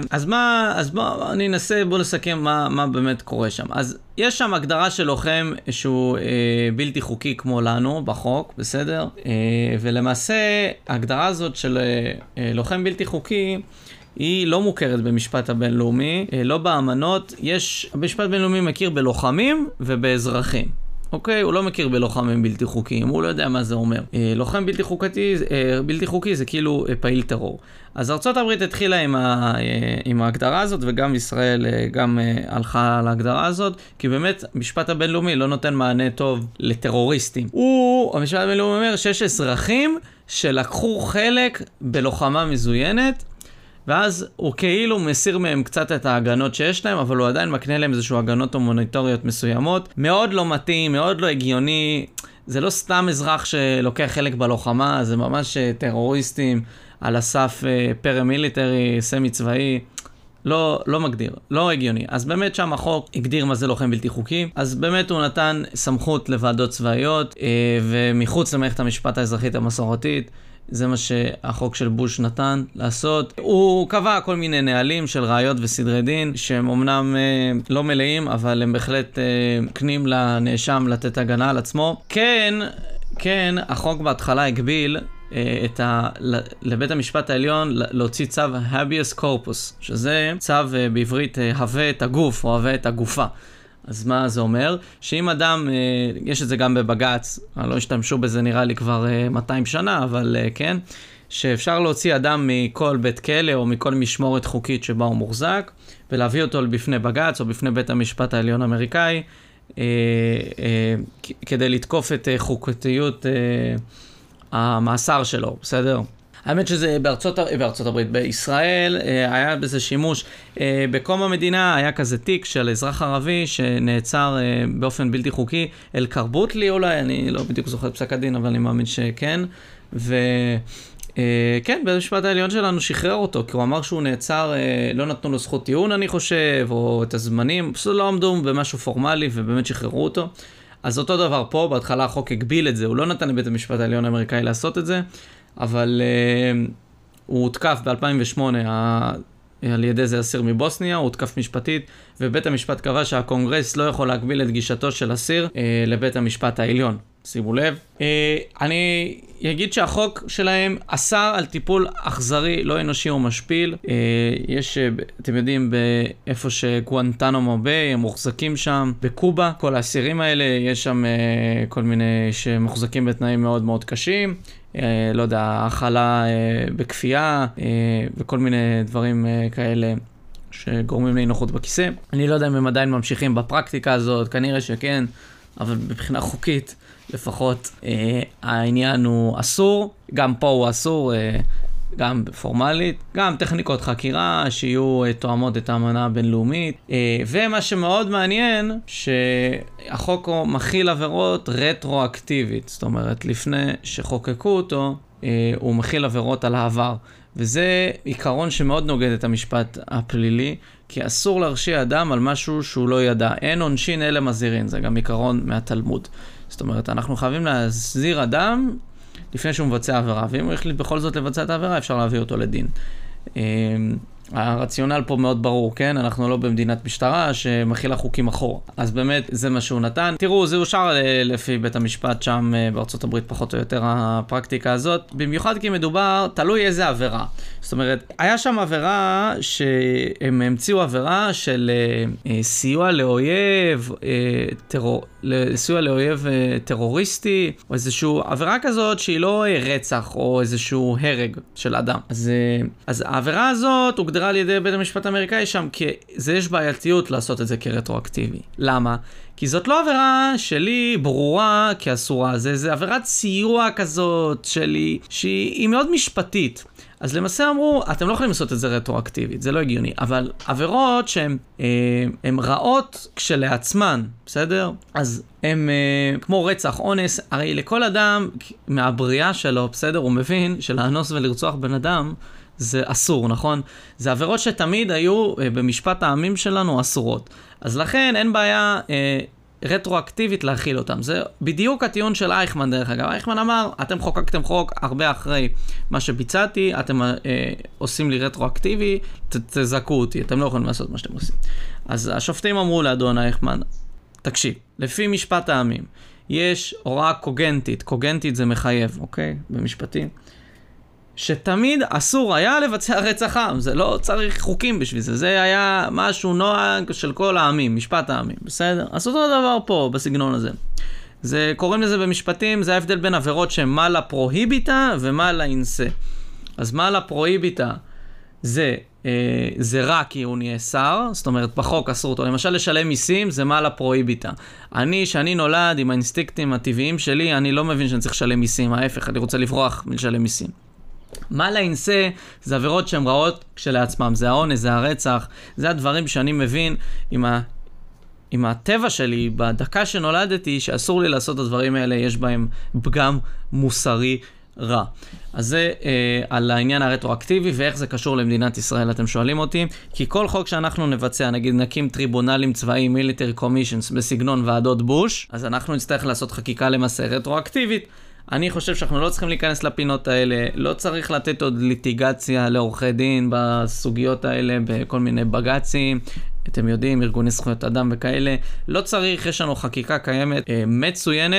בוא נסכם מה באמת קורה שם. אז יש שם הגדרה של לוחם שהוא בלתי חוקי כמו לנו בחוק, בסדר? ולמעשה ההגדרה הזאת של לוחם בלתי חוקי היא לא מוכרת במשפט הבינלאומי, לא באמנות. המשפט הבינלאומי מכיר בלוחמים ובאזרחים. אוקיי, הוא לא מכיר בלוחמים בלתי חוקיים, הוא לא יודע מה זה אומר. לוחם בלתי חוקי זה כאילו פעיל טרור. אז ארצות הברית התחילה עם ההגדרה הזאת, וגם ישראל גם הלכה על ההגדרה הזאת, כי באמת המשפט הבינלאומי לא נותן מענה טוב לטרוריסטים. המשפט הבינלאומי אומר שיש אזרחים שלקחו חלק בלוחמה מזוינת, ואז הוא כאילו מסיר מהם קצת את ההגנות שיש להם, אבל הוא עדיין מקנה להם איזשהו הגנות הומניטריות מסוימות. מאוד לא מתאים, מאוד לא הגיוני. זה לא סתם אזרח שלוקח חלק בלוחמה, זה ממש טרוריסטים על הסף פרמיליטרי, סמי צבאי. לא מגדיר, לא הגיוני. אז באמת שם החוק הגדיר מה זה לוחם בלתי חוקי. אז באמת הוא נתן סמכות לוועדות צבאיות, ומחוץ למערכת המשפט האזרחית המסורתית. זה מה שהחוק של בוש נתן לעשות. הוא קבע כל מיני נהלים של ראיות וסדרי דין, שהם אמנם לא מלאים, אבל הם בהחלט קנים לנאשם לתת הגנה על עצמו. כן, החוק בהתחלה הגביל לבית המשפט העליון להוציא צו habeas corpus, שזה צו בעברית הווה את הגוף או הווה את הגופה. אז מה זה אומר? שאם אדם, יש את זה גם בבג"ץ, לא השתמשו בזה נראה לי כבר 200 שנה, אבל כן, שאפשר להוציא אדם מכל בית כלא או מכל משמורת חוקית שבה הוא מוחזק, ולהביא אותו בפני בג"ץ או בפני בית המשפט העליון האמריקאי, כדי לתקוף את חוקתיות המאסר שלו, בסדר? האמת שזה בארצות הברית, בישראל היה בזה שימוש. בקום המדינה היה כזה תיק של אזרח ערבי שנעצר באופן בלתי חוקי, אל קרבוטלי אולי, אני לא בדיוק זוכר פסק הדין, אבל אני מאמין שכן. כן, בית המשפט העליון שלנו שחרר אותו, כי הוא אמר שהוא נעצר, לא נתנו לו זכות טיעון אני חושב, או את הזמנים, פשוט לא עמדו במשהו פורמלי ובאמת שחררו אותו. אז אותו דבר פה, בהתחלה החוק הגביל את זה, הוא לא נתן לבית המשפט העליון האמריקאי לעשות את זה, אבל הוא הותקף ב-2008 על ידי זה אסיר מבוסניה, הוא הותקף משפטית, ובית המשפט קבע שהקונגרס לא יכול להגביל את גישתו של אסיר לבית המשפט העליון. שימו לב. אני אגיד שהחוק שלהם אסר על טיפול אכזרי, לא אנושי או משפיל. יש, אתם יודעים, באיפה שגואנטנמו ביי, הם מוחזקים שם, בקובה, כל האסירים האלה, יש שם כל מיני שמוחזקים בתנאים מאוד מאוד קשים. לא יודע, האכלה בכפייה, וכל מיני דברים כאלה שגורמים לאי-נוחות בכיסא. אני לא יודע אם הם עדיין ממשיכים בפרקטיקה הזאת, כנראה שכן, אבל מבחינה חוקית, לפחות העניין הוא אסור, גם פה הוא אסור, גם פורמלית, גם טכניקות חקירה שיהיו תואמות את האמנה הבינלאומית, ומה שמאוד מעניין, שהחוק מכיל עבירות רטרואקטיבית, זאת אומרת, לפני שחוקקו אותו, הוא מכיל עבירות על העבר, וזה עיקרון שמאוד נוגד את המשפט הפלילי, כי אסור להרשיע אדם על משהו שהוא לא ידע, אין עונשין אלא מזהירין, זה גם עיקרון מהתלמוד. זאת אומרת, אנחנו חייבים להזהיר אדם לפני שהוא מבצע עבירה, ואם הוא החליט בכל זאת לבצע את העבירה, אפשר להביא אותו לדין. הרציונל פה מאוד ברור, כן? אנחנו לא במדינת משטרה שמכילה חוקים אחורה. אז באמת, זה מה שהוא נתן. תראו, זה אושר לפי בית המשפט שם בארצות הברית פחות או יותר הפרקטיקה הזאת. במיוחד כי מדובר, תלוי איזה עבירה. זאת אומרת, היה שם עבירה שהם המציאו עבירה של סיוע לאויב, סיוע לאויב טרוריסטי, או איזושהי עבירה כזאת שהיא לא רצח או איזשהו הרג של אדם. אז העבירה הזאת הוגדרה על ידי בית המשפט האמריקאי שם, כי זה יש בעייתיות לעשות את זה כרטרואקטיבי. למה? כי זאת לא עבירה שלי ברורה כאסורה, זה עבירת סיוע כזאת שלי, שהיא מאוד משפטית. אז למעשה אמרו, אתם לא יכולים לעשות את זה רטרואקטיבית, זה לא הגיוני, אבל עבירות שהן רעות כשלעצמן, בסדר? אז הם כמו רצח, אונס, הרי לכל אדם מהבריאה שלו, בסדר, הוא מבין שלאנוס ולרצוח בן אדם, זה אסור, נכון? זה עבירות שתמיד היו במשפט העמים שלנו אסורות. אז לכן אין בעיה רטרואקטיבית להכיל אותם. זה בדיוק הטיעון של אייכמן דרך אגב. אייכמן אמר, אתם חוקקתם חוק הרבה אחרי מה שביצעתי, אתם עושים לי רטרואקטיבי, תזכו אותי, אתם לא יכולים לעשות מה שאתם עושים. אז השופטים אמרו לאדון אייכמן, תקשיב, לפי משפט העמים, יש הוראה קוגנטית, קוגנטית זה מחייב, אוקיי? במשפטים. שתמיד אסור היה לבצע רצח עם, זה לא צריך חוקים בשביל זה, זה היה משהו נוהג של כל העמים, משפט העמים, בסדר? אז אותו דבר פה, בסגנון הזה. זה, קוראים לזה במשפטים, זה ההבדל בין עבירות שהן מעלה פרוהיביטה ומעלה אינסה. אז מעלה פרוהיביטה זה רק כי הוא נהיה שר, זאת אומרת בחוק אסור אותו, למשל לשלם מיסים זה מעלה פרוהיביטה. שאני נולד עם האינסטינקטים הטבעיים שלי, אני לא מבין שאני צריך לשלם מיסים, ההפך, אני רוצה לברוח מלשלם מיסים. מה לאינסה זה עבירות שהן רעות כשלעצמם, זה האונס, זה הרצח, זה הדברים שאני מבין עם הטבע שלי, בדקה שנולדתי, שאסור לי לעשות את הדברים האלה, יש בהם פגם מוסרי רע. אז זה על העניין הרטרואקטיבי, ואיך זה קשור למדינת ישראל, אתם שואלים אותי, כי כל חוק שאנחנו נבצע, נגיד נקים טריבונלים צבאיים, military commissions, בסגנון ועדות בוש, אז אנחנו נצטרך לעשות חקיקה למעשה רטרואקטיבית. אני חושב שאנחנו לא צריכים להיכנס לפינות האלה, לא צריך לתת עוד ליטיגציה לעורכי דין בסוגיות האלה, בכל מיני בג"צים, אתם יודעים, ארגוני זכויות אדם וכאלה, לא צריך, יש לנו חקיקה קיימת מצוינת,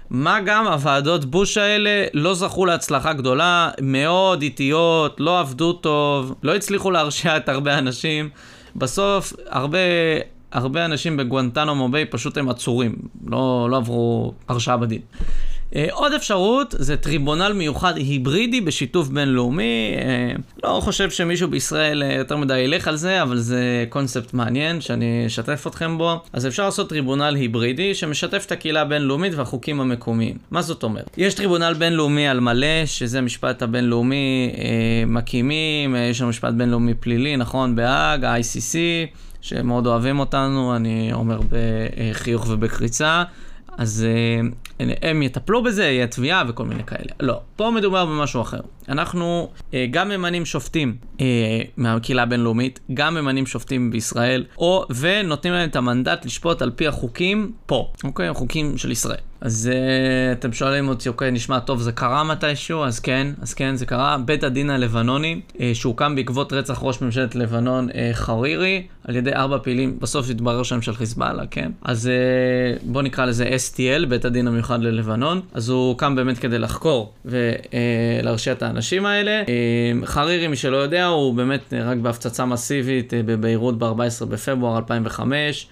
מה גם הוועדות בוש האלה לא זכו להצלחה גדולה, מאוד איטיות, לא עבדו טוב, לא הצליחו להרשיע את הרבה אנשים. בסוף הרבה אנשים בגואנטנמו ביי פשוט הם עצורים, לא עברו הרשעה בדין. עוד אפשרות זה טריבונל מיוחד היברידי בשיתוף בינלאומי. לא חושב שמישהו בישראל יותר מדי ילך על זה, אבל זה קונספט מעניין שאני אשתף אתכם בו. אז אפשר לעשות טריבונל היברידי שמשתף את הקהילה הבינלאומית והחוקים המקומיים. מה זאת אומרת? יש טריבונל בינלאומי על מלא, שזה המשפט הבינלאומי מקימים, יש לנו משפט בינלאומי פלילי, נכון, בהאג, ה-ICC, שמאוד אוהבים אותנו, אני אומר בחיוך ובקריצה. אז הם יטפלו בזה, יהיה תביעה וכל מיני כאלה. לא, פה מדובר במשהו אחר. אנחנו גם ממנים שופטים מהקהילה הבינלאומית, גם ממנים שופטים בישראל, ונותנים להם את המנדט לשפוט על פי החוקים פה, אוקיי? החוקים של ישראל. אז אתם שואלים אותי, אוקיי, נשמע טוב, זה קרה מתישהו? אז כן, זה קרה. בית הדין הלבנוני, שהוקם בעקבות רצח ראש ממשלת לבנון חרירי, על ידי 4 פעילים, בסוף התברר שם של חיזבאללה, כן? אז בוא נקרא לזה STL, בית הדין המיוחד ללבנון. אז הוא קם באמת כדי לחקור ולהרשיע את האנשים האלה. חרירי, מי שלא יודע, הוא באמת רק בהפצצה מסיבית בביירות ב-14 בפברואר 2005.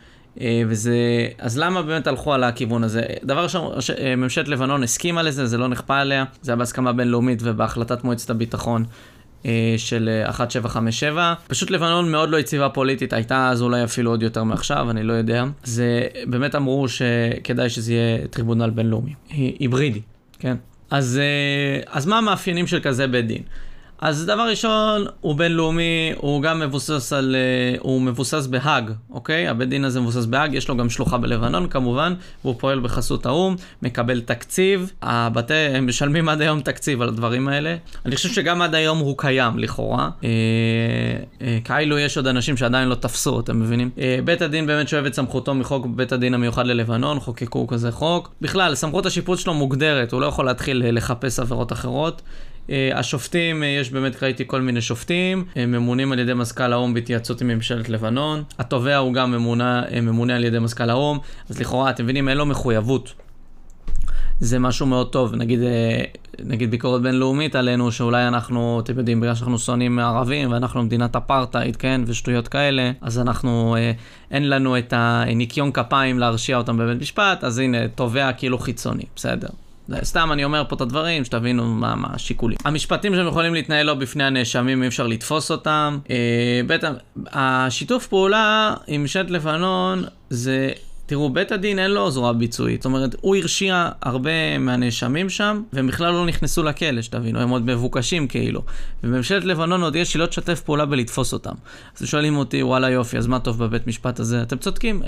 אז למה באמת הלכו על הכיוון הזה? דבר ראשון, ממשלת לבנון הסכימה לזה, זה לא נכפה עליה, זה היה בהסכמה בינלאומית ובהחלטת מועצת הביטחון של 1757. פשוט לבנון מאוד לא יציבה פוליטית, הייתה אז אולי אפילו עוד יותר מעכשיו, אני לא יודע. זה באמת אמרו שכדאי שזה יהיה טריבונל בינלאומי, היברידי, כן? אז מה המאפיינים של כזה בית דין? אז דבר ראשון, הוא בינלאומי, הוא גם הוא מבוסס בהאג, אוקיי? הבית דין הזה מבוסס בהאג, יש לו גם שלוחה בלבנון כמובן, והוא פועל בחסות האו"ם, מקבל תקציב, הם משלמים עד היום תקציב על הדברים האלה. אני חושב שגם עד היום הוא קיים, לכאורה. כאילו יש עוד אנשים שעדיין לא תפסו, אתם מבינים? בית הדין באמת שואב את סמכותו מחוק בית הדין המיוחד ללבנון, חוקקו כזה חוק. בכלל, סמכות השיפוט שלו מוגדרת, הוא לא יכול להתחיל לחפש עבירות אחרות. השופטים, יש באמת ראיתי כל מיני שופטים, הם ממונים על ידי מזכ"ל האו"ם בהתייעצות עם ממשלת לבנון. התובע הוא גם ממונה על ידי מזכ"ל האו"ם, אז לכאורה, אתם מבינים, אין לו מחויבות. זה משהו מאוד טוב, נגיד ביקורת בינלאומית עלינו, שאולי אנחנו, אתם יודעים, בגלל שאנחנו שונאים ערבים, ואנחנו מדינת אפרטהייד, כן, ושטויות כאלה, אז אנחנו, אין לנו את הניקיון כפיים להרשיע אותם בבית משפט, אז הנה, תובע כאילו חיצוני, בסדר. סתם אני אומר פה את הדברים, שתבינו מה השיקולים. המשפטים שהם יכולים להתנהל לא בפני הנאשמים, אי אפשר לתפוס אותם. השיתוף פעולה עם ממשלת לבנון זה, תראו, בית הדין אין לו זרוע ביצועית. זאת אומרת, הוא הרשיע הרבה מהנאשמים שם, והם בכלל לא נכנסו לכלא, שתבינו, הם עוד מבוקשים כאילו. ובממשלת לבנון עוד יש שלא תשתף פעולה בלתפוס אותם. אז שואלים אותי, וואלה יופי, אז מה טוב בבית משפט הזה? אתם צודקים,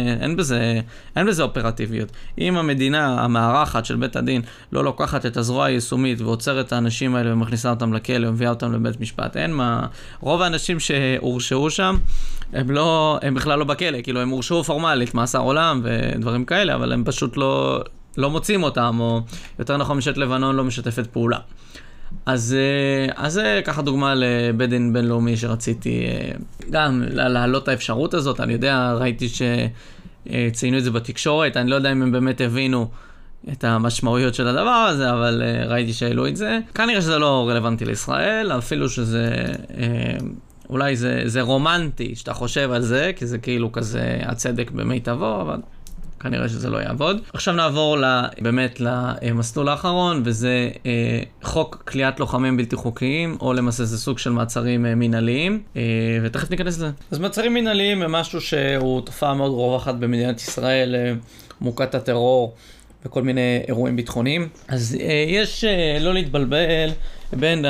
אין בזה אופרטיביות. אם המדינה, המערכת של בית הדין, לא לוקחת את הזרוע היישומית ועוצרת את האנשים האלה ומכניסה אותם לכלא ומביאה אותם לבית משפט, אין מה. רוב האנשים שהורשעו שם, הם בכלל לא בכלא, כאילו הם הורשעו פורמלית, מאסר עולם ודברים כאלה, אבל הם פשוט לא מוצאים אותם, או יותר נכון ממשלת לבנון לא משתפת פעולה. אז זה ככה דוגמה לבית דין בינלאומי שרציתי גם להעלות את האפשרות הזאת. אני יודע, ראיתי שציינו את זה בתקשורת, אני לא יודע אם הם באמת הבינו את המשמעויות של הדבר הזה, אבל ראיתי שהעלו את זה. כנראה שזה לא רלוונטי לישראל, אפילו שזה אולי זה רומנטי שאתה חושב על זה, כי זה כאילו כזה הצדק במיטבו, אבל כנראה שזה לא יעבוד. עכשיו נעבור באמת למסלול האחרון, וזה חוק כליאת לוחמים בלתי חוקיים, או למעשה זה סוג של מעצרים מנהליים, ותכף ניכנס לזה. אז מעצרים מנהליים הם משהו שהוא תופעה מאוד רווחת במדינת ישראל, מוכת הטרור וכל מיני אירועים ביטחוניים. אז יש לא להתבלבל בין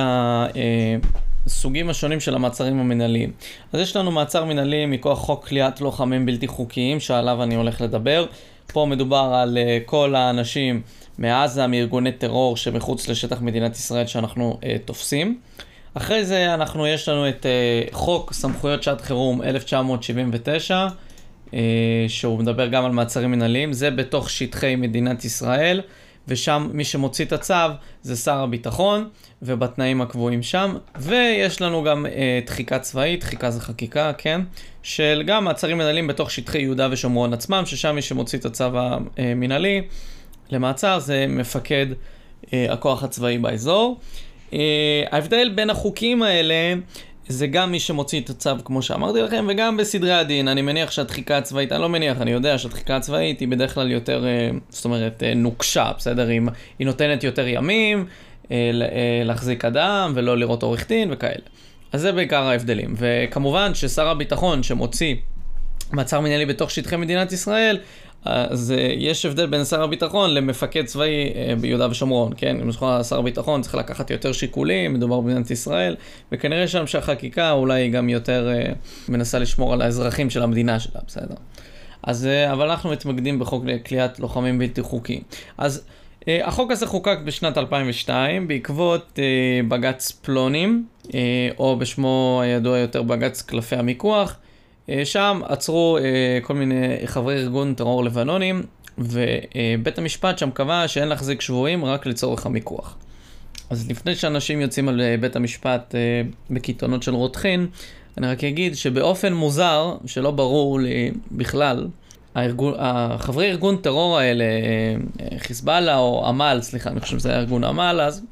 סוגים השונים של המעצרים המנהליים. אז יש לנו מעצר מנהלי מכוח חוק כליאת לוחמים בלתי חוקיים, שעליו אני הולך לדבר. פה מדובר על כל האנשים מעזה, מארגוני טרור שמחוץ לשטח מדינת ישראל שאנחנו תופסים. אחרי זה יש לנו את חוק סמכויות שעת חירום 1979, שהוא מדבר גם על מעצרים מנהליים. זה בתוך שטחי מדינת ישראל, ושם מי שמוציא את הצו זה שר הביטחון, ובתנאים הקבועים שם. ויש לנו גם דחיקה צבאית, דחיקה זה חקיקה, כן? של גם מעצרים מנהליים בתוך שטחי יהודה ושומרון עצמם, ששם מי שמוציא את הצו המנהלי, למעצר זה מפקד הכוח הצבאי באזור. ההבדל בין החוקים האלה זה גם מי שמוציא את הצו כמו שאמרתי לכם, וגם בסדרי הדין. אני מניח שהדחיקה הצבאית, אני לא מניח, אני יודע שהדחיקה הצבאית היא בדרך כלל יותר, זאת אומרת, נוקשה, בסדר? היא נותנת יותר ימים להחזיק אדם ולא לראות עורך דין וכאלה. אז זה בעיקר ההבדלים. וכמובן ששר הביטחון שמוציא מעצר מנהלי בתוך שטחי מדינת ישראל, אז יש הבדל בין שר הביטחון למפקד צבאי ביהודה ושומרון, כן? למשל, שר הביטחון צריך לקחת יותר שיקולים, מדובר במדינת ישראל, וכנראה שם שהחקיקה אולי גם יותר מנסה לשמור על האזרחים של המדינה שלה, בסדר? אז, אבל אנחנו מתמקדים בחוק לכליאת לוחמים בלתי חוקיים. אז החוק הזה חוקק בשנת 2002, בעקבות בג"ץ פלונים, או בשמו הידוע יותר בג"ץ קלפי המיקוח, שם עצרו כל מיני חברי ארגון טרור לבנונים, ובית המשפט שם קבע שאין להחזיק שבויים רק לצורך המיקוח. אז לפני שאנשים יוצאים על בית המשפט בקיתונות של רותחין, אני רק אגיד שבאופן מוזר, שלא ברור לי בכלל, חברי ארגון טרור האלה, חיזבאללה או עמל, סליחה, אני חושב שזה היה ארגון עמל אז,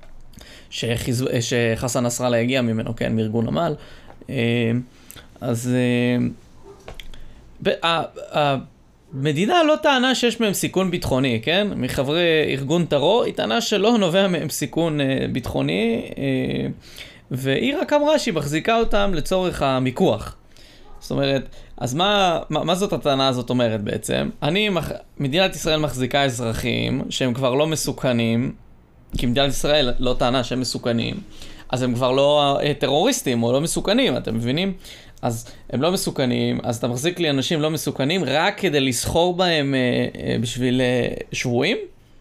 שחסן נסראללה הגיע ממנו, כן, מארגון עמל, אז המדינה לא טענה שיש מהם סיכון ביטחוני, כן? מחברי ארגון טרור, היא טענה שלא נובע מהם סיכון ביטחוני, והיא רק אמרה שהיא מחזיקה אותם לצורך המיקוח. זאת אומרת, אז מה זאת הטענה הזאת אומרת בעצם? מדינת ישראל מחזיקה אזרחים שהם כבר לא מסוכנים, כי מדינת ישראל לא טענה שהם מסוכנים, אז הם כבר לא טרוריסטים או לא מסוכנים, אתם מבינים? אז הם לא מסוכנים, אז אתה מחזיק לי אנשים לא מסוכנים רק כדי לסחור בהם בשביל שבויים?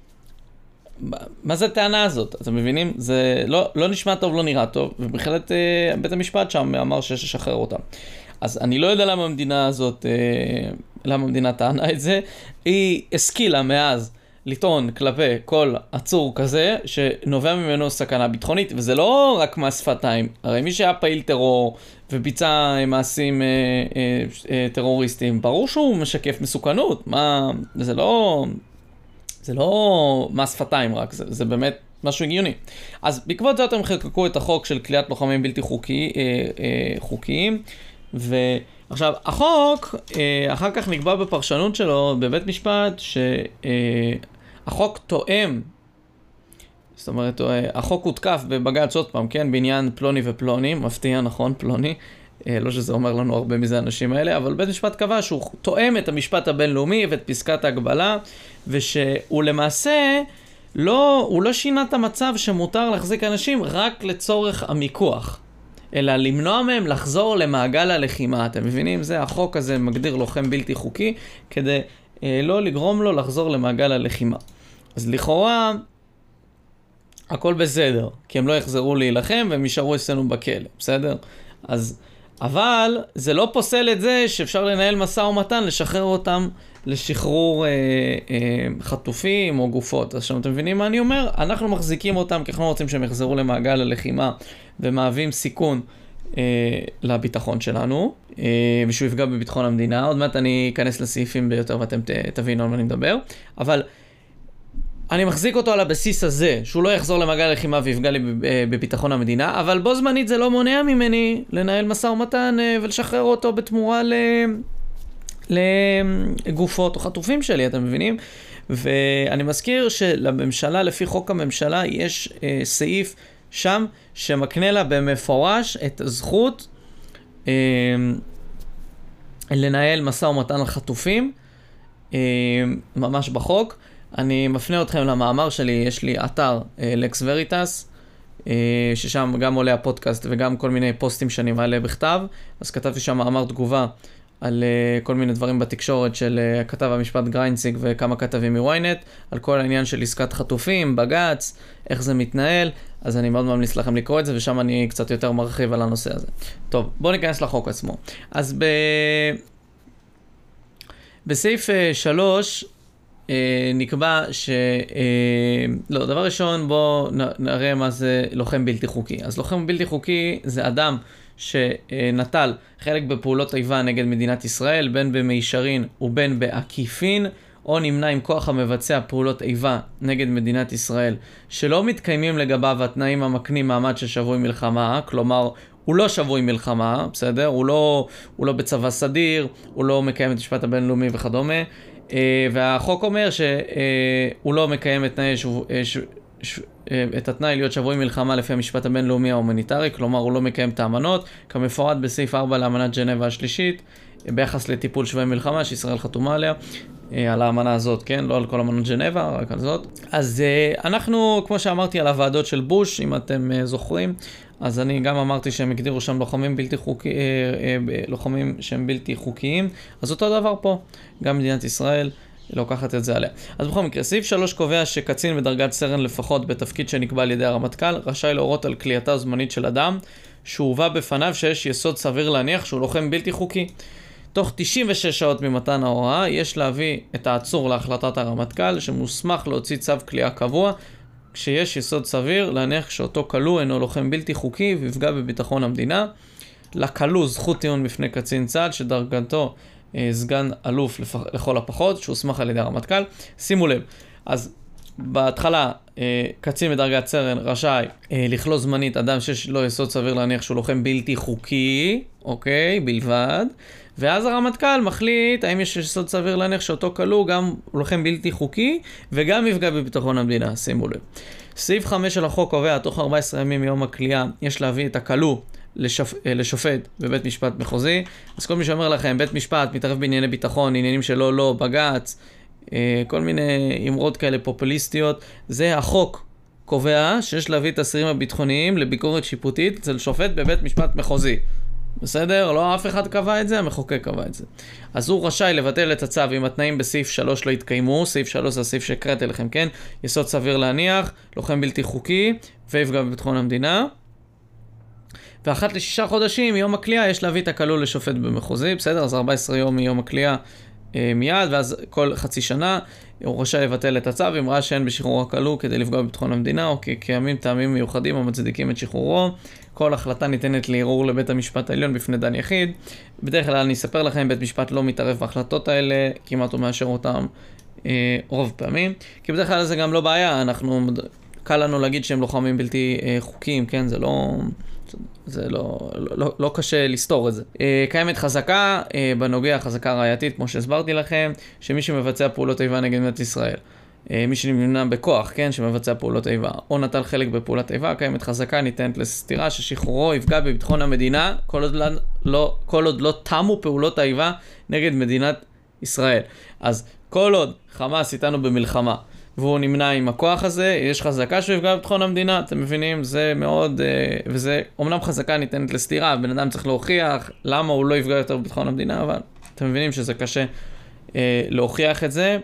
מה זה הטענה הזאת? אתם מבינים? זה לא נשמע טוב, לא נראה טוב, ובכללת בית המשפט שם אמר שיש לשחרר אותם. אז אני לא יודע למה המדינה הזאת, למה המדינה טענה את זה. היא השכילה מאז לטעון כלפי כל עצור כזה שנובע ממנו סכנה ביטחונית, וזה לא רק מהשפתיים. הרי מי שהיה פעיל טרור וביצע מעשים טרוריסטים, ברור שהוא משקף מסוכנות. זה לא מהשפתיים רק, זה באמת משהו הגיוני. אז בעקבות זאת הם חוקקו את החוק של כליאת לוחמים בלתי חוקיים, ועכשיו החוק אחר כך נקבע בפרשנות שלו בבית משפט שהחוק תואם, זאת אומרת החוק הותקף בבג"ץ עוד פעם, כן, בעניין פלוני ופלוני, מפתיע, נכון, פלוני, לא שזה אומר לנו הרבה מזה האנשים האלה, אבל בית משפט קבע שהוא תואם את המשפט הבינלאומי ואת פסקת ההגבלה, ושהוא למעשה הוא לא שינה את המצב שמותר להחזיק אנשים רק לצורך המיקוח, אלא למנוע מהם לחזור למעגל הלחימה. אתם מבינים? זה החוק הזה מגדיר לוחם בלתי חוקי, כדי לא לגרום לו לחזור למעגל הלחימה. אז לכאורה הכל בסדר, כי הם לא יחזרו להילחם והם יישארו אצלנו בכלא, בסדר? אבל זה לא פוסל את זה שאפשר לנהל משא ומתן, לשחרר אותם לשחרור חטופים או גופות. אז עכשיו אתם מבינים מה אני אומר? אנחנו מחזיקים אותם כי אנחנו רוצים שהם יחזרו למעגל הלחימה ומהווים סיכון לביטחון שלנו, ושהוא יפגע בביטחון המדינה. עוד מעט אני אכנס לסעיפים ביותר ואתם תבינו על מה אני מדבר. אבל אני מחזיק אותו על הבסיס הזה, שהוא לא יחזור למעגל הלחימה ויפגע לי בביטחון המדינה, אבל בו זמנית זה לא מונע ממני לנהל משא ומתן ולשחרר אותו בתמורה לגופות או חטופים שלי, אתם מבינים? ואני מזכיר שלממשלה, לפי חוק הממשלה, יש סעיף שם שמקנה לה במפורש את הזכות לנהל משא ומתן על חטופים, ממש בחוק. אני מפנה אתכם למאמר שלי, יש לי אתר לקס וריטס, ששם גם עולה הפודקאסט וגם כל מיני פוסטים שאני מעלה בכתב, אז כתבתי שם מאמר תגובה על כל מיני דברים בתקשורת של כתב המשפט גריינציג וכמה כתבים מוויינט, על כל העניין של עסקת חטופים, בג"ץ, איך זה מתנהל, אז אני מאוד ממליץ לכם לקרוא את זה, ושם אני קצת יותר מרחיב על הנושא הזה. טוב, בואו ניכנס לחוק עצמו. אז בסעיף 3, נקבע לא, דבר ראשון בואו נראה מה זה לוחם בלתי חוקי. אז לוחם בלתי חוקי זה אדם שנטל חלק בפעולות איבה נגד מדינת ישראל, בין במישרין ובין בעקיפין, או נמנה עם כוח המבצע פעולות איבה נגד מדינת ישראל, שלא מתקיימים לגביו התנאים המקנים מעמד של שבוי מלחמה, כלומר, הוא לא שבוי מלחמה, בסדר? הוא לא בצבא סדיר, הוא לא מקיים את המשפט הבינלאומי וכדומה, והחוק אומר שהוא לא מקיים את התנאי להיות שבוי מלחמה לפי המשפט הבינלאומי ההומניטרי, כלומר הוא לא מקיים את האמנות, כמפורט בסעיף 4 לאמנת ז'נבה השלישית, ביחס לטיפול שבוי מלחמה שישראל חתומה עליה, על האמנה הזאת, כן? לא על כל אמנות ז'נבה, רק על זאת. אז אנחנו, כמו שאמרתי על הוועדות של בוש, אם אתם זוכרים, אז אני גם אמרתי שהם הגדירו שם לוחמים שהם בלתי חוקיים, אז אותו דבר פה, גם מדינת ישראל לוקחת את זה עליה. אז בכל מקרה, סעיף 3 קובע שקצין בדרגת סרן לפחות בתפקיד שנקבע על ידי הרמטכ"ל, רשאי להורות על כליאתה זמנית של אדם, שהובא בפניו שיש יסוד סביר להניח שהוא לוחם בלתי חוקי. תוך 96 שעות ממתן ההוראה, יש להביא את העצור להחלטת הרמטכ"ל, שמוסמך להוציא צו כליאה קבוע, כשיש יסוד סביר להניח שאותו כלוא אינו לוחם בלתי חוקי ויפגע בביטחון המדינה. לכלוא זכות טיעון בפני קצין צה"ל שדרגתו סגן אלוף לכל הפחות, שהוסמך על ידי הרמטכ"ל. שימו לב, אז בהתחלה קצין בדרגת סרן רשאי לכלוא זמנית אדם שיש לו יסוד סביר להניח שהוא לוחם בלתי חוקי, אוקיי, בלבד, ואז הרמטכ"ל מחליט האם יש יסוד סביר להניח שאותו כלוא גם לוחם בלתי חוקי וגם יפגע בביטחון המדינה. שימו לב, סעיף 5 של החוק קובע תוך 14 ימים מיום הכליאה יש להביא את הכלוא לשופט בבית משפט מחוזי. אז כל מי שאומר לכם בית משפט מתערב בענייני ביטחון, עניינים שלא, לא, בג"ץ, כל מיני אמרות כאלה פופוליסטיות, זה החוק קובע שיש להביא את האסירים הביטחוניים לביקורת שיפוטית אצל שופט בבית משפט מחוזי. בסדר? לא אף אחד קבע את זה, המחוקק קבע את זה. אז הוא רשאי לבטל את הצו אם התנאים בסעיף 3 לא יתקיימו. סעיף 3 זה הסעיף שהקראתי לכם, כן? יסוד סביר להניח, לוחם בלתי חוקי ויפגע בביטחון המדינה. ואחת ל6 חודשים מיום הכליאה יש להביא את הכלוא לשופט במחוזי, בסדר? אז 14 יום מיום הכליאה מיד, ואז כל חצי שנה הוא רשאי לבטל את הצו אם ראה שאין בשחרור הכלוא כדי לפגוע בביטחון המדינה, או קיימים טעמים מיוחדים המצדיקים את שחרורו. כל החלטה ניתנת לערעור לבית המשפט העליון בפני דן יחיד. בדרך כלל אני אספר לכם, בית משפט לא מתערב בהחלטות האלה, כמעט הוא מאשר אותם רוב פעמים, כי בדרך כלל זה גם לא בעיה, קל לנו להגיד שהם לוחמים בלתי חוקיים, כן? זה לא קשה לסתור את זה. קיימת חזקה בנוגע, חזקה ראייתית, כמו שהסברתי לכם, שמי שמבצע פעולות איבה נגד מדינת ישראל, מי שנמנע בכוח, כן, שמבצע פעולות איבה, או נטל חלק בפעולת איבה, קיימת חזקה ניתנת לסתירה ששחרורו יפגע בביטחון המדינה, כל עוד לא תמו פעולות האיבה נגד מדינת ישראל. אז כל עוד חמאס איתנו במלחמה, והוא נמנע עם הכוח הזה, יש חזקה שהוא יפגע בביטחון המדינה, אתם מבינים? זה מאוד, וזה אומנם חזקה ניתנת לסתירה, בן אדם צריך להוכיח למה הוא לא יפגע יותר בביטחון המדינה, אבל אתם מבינים שזה קשה להוכיח את זה.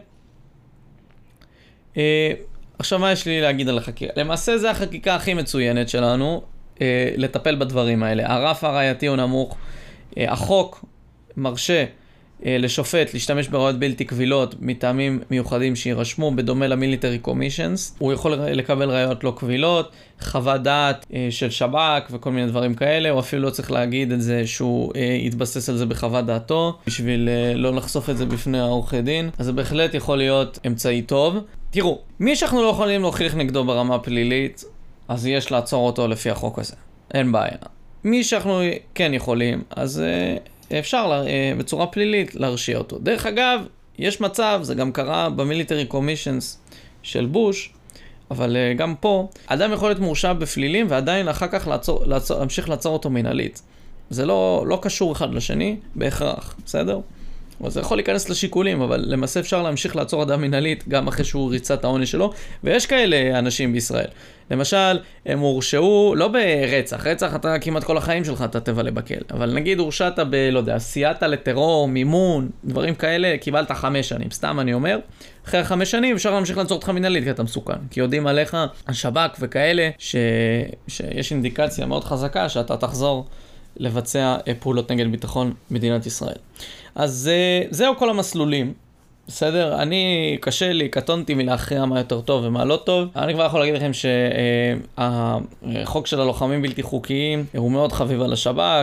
עכשיו מה יש לי להגיד על החקיקה? למעשה זה החקיקה הכי מצוינת שלנו, לטפל בדברים האלה. הרף הראייתי הוא נמוך, החוק מרשה לשופט להשתמש בראיות בלתי קבילות מטעמים מיוחדים שירשמו, בדומה למיליטרי קומישנס. הוא יכול לקבל ראיות לא קבילות, חוות דעת של שב"כ וכל מיני דברים כאלה, או אפילו לא צריך להגיד את זה שהוא יתבסס על זה בחוות דעתו, בשביל לא לחשוף את זה בפני העורכי דין. אז זה בהחלט יכול להיות אמצעי טוב. תראו, מי שאנחנו לא יכולים להוכיח נגדו ברמה פלילית, אז יש לעצור אותו לפי החוק הזה. אין בעיה. מי שאנחנו כן יכולים, אז אפשר בצורה פלילית להרשיע אותו. דרך אגב, יש מצב, זה גם קרה במיליטרי קומישנס של בוש, אבל גם פה, אדם יכול להיות מורשע בפלילים ועדיין אחר כך להמשיך לעצור אותו מנהלית. זה לא קשור אחד לשני, בהכרח, בסדר? אז זה יכול להיכנס לשיקולים, אבל למעשה אפשר להמשיך לעצור אדם מנהלית גם אחרי שהוא ריצה את העונש שלו, ויש כאלה אנשים בישראל. למשל, הם הורשעו, לא ברצח, רצח אתה כמעט כל החיים שלך אתה תבלה בכלא, אבל נגיד הורשעת לא יודע, סייעת לטרור, מימון, דברים כאלה, קיבלת 5 שנים, סתם אני אומר, אחרי 5 שנים אפשר להמשיך לעצור אותך מנהלית, כי אתה מסוכן, כי יודעים עליך, השב"כ וכאלה, שיש אינדיקציה מאוד חזקה שאתה תחזור לבצע פעולות נגד ביטחון מדינת ישראל. אז זהו כל המסלולים, בסדר? קשה לי, קטונתי מלהכריע מה יותר טוב ומה לא טוב. אני כבר יכול להגיד לכם שהחוק של הלוחמים בלתי חוקיים הוא מאוד חביב על השב"כ,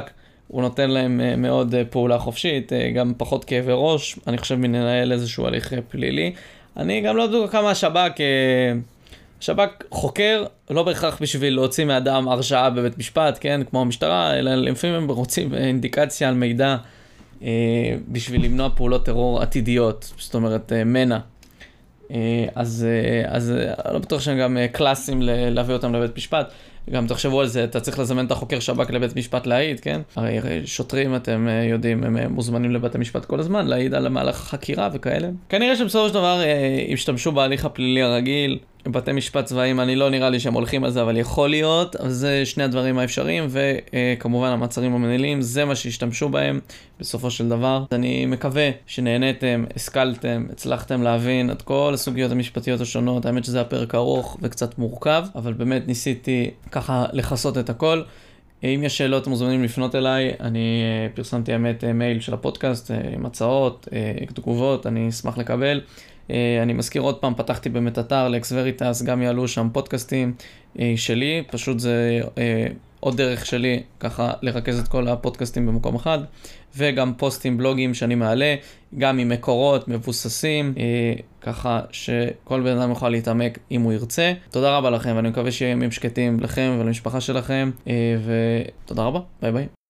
הוא נותן להם מאוד פעולה חופשית, גם פחות כאבי ראש, אני חושב מנהל איזשהו הליך פלילי. אני גם לא בטוח כמה השב"כ חוקר, לא בהכרח בשביל להוציא מאדם הרשעה בבית משפט, כן, כמו המשטרה, אלא לפעמים הם רוצים אינדיקציה על מידע בשביל למנוע פעולות טרור עתידיות, זאת אומרת מנע. אז לא בטוח שהם גם קלאסים להביא אותם לבית משפט. גם תחשבו על זה, אתה צריך לזמן את החוקר שב"כ לבית משפט להעיד, כן? הרי שוטרים, אתם יודעים, הם מוזמנים לבית המשפט כל הזמן, להעיד על המהלך החקירה וכאלה. כנראה שבסופו של דבר, השתמשו בהליך הפלילי הרגיל, בתי משפט צבאיים, אני לא נראה לי שהם הולכים על זה, אבל יכול להיות, אז זה שני הדברים האפשריים, וכמובן המעצרים המנהליים, זה מה שהשתמשו בהם בסופו של דבר. אני מקווה שנהניתם, השכלתם, הצלחתם להבין את כל הסוגיות המשפטיות השונות, האמת שזה הפרק ארוך וקצת מורכב, אבל באמת ניסיתי ככה לחסות את הכל. אם יש שאלות, מוזמנים לפנות אליי, אני פרסמתי האמת מייל של הפודקאסט, עם הצעות, תגובות, אני אשמח לקבל. אני מזכיר עוד פעם, פתחתי באמת אתר לאקס וריטס, גם יעלו שם פודקאסטים שלי, פשוט זה עוד דרך שלי ככה לרכז את כל הפודקאסטים במקום אחד, וגם פוסטים, בלוגים שאני מעלה, גם עם מקורות מבוססים, ככה שכל בן אדם יוכל להתעמק אם הוא ירצה. תודה רבה לכם, ואני מקווה שיהיה ימים שקטים לכם ולמשפחה שלכם, ותודה רבה, ביי ביי.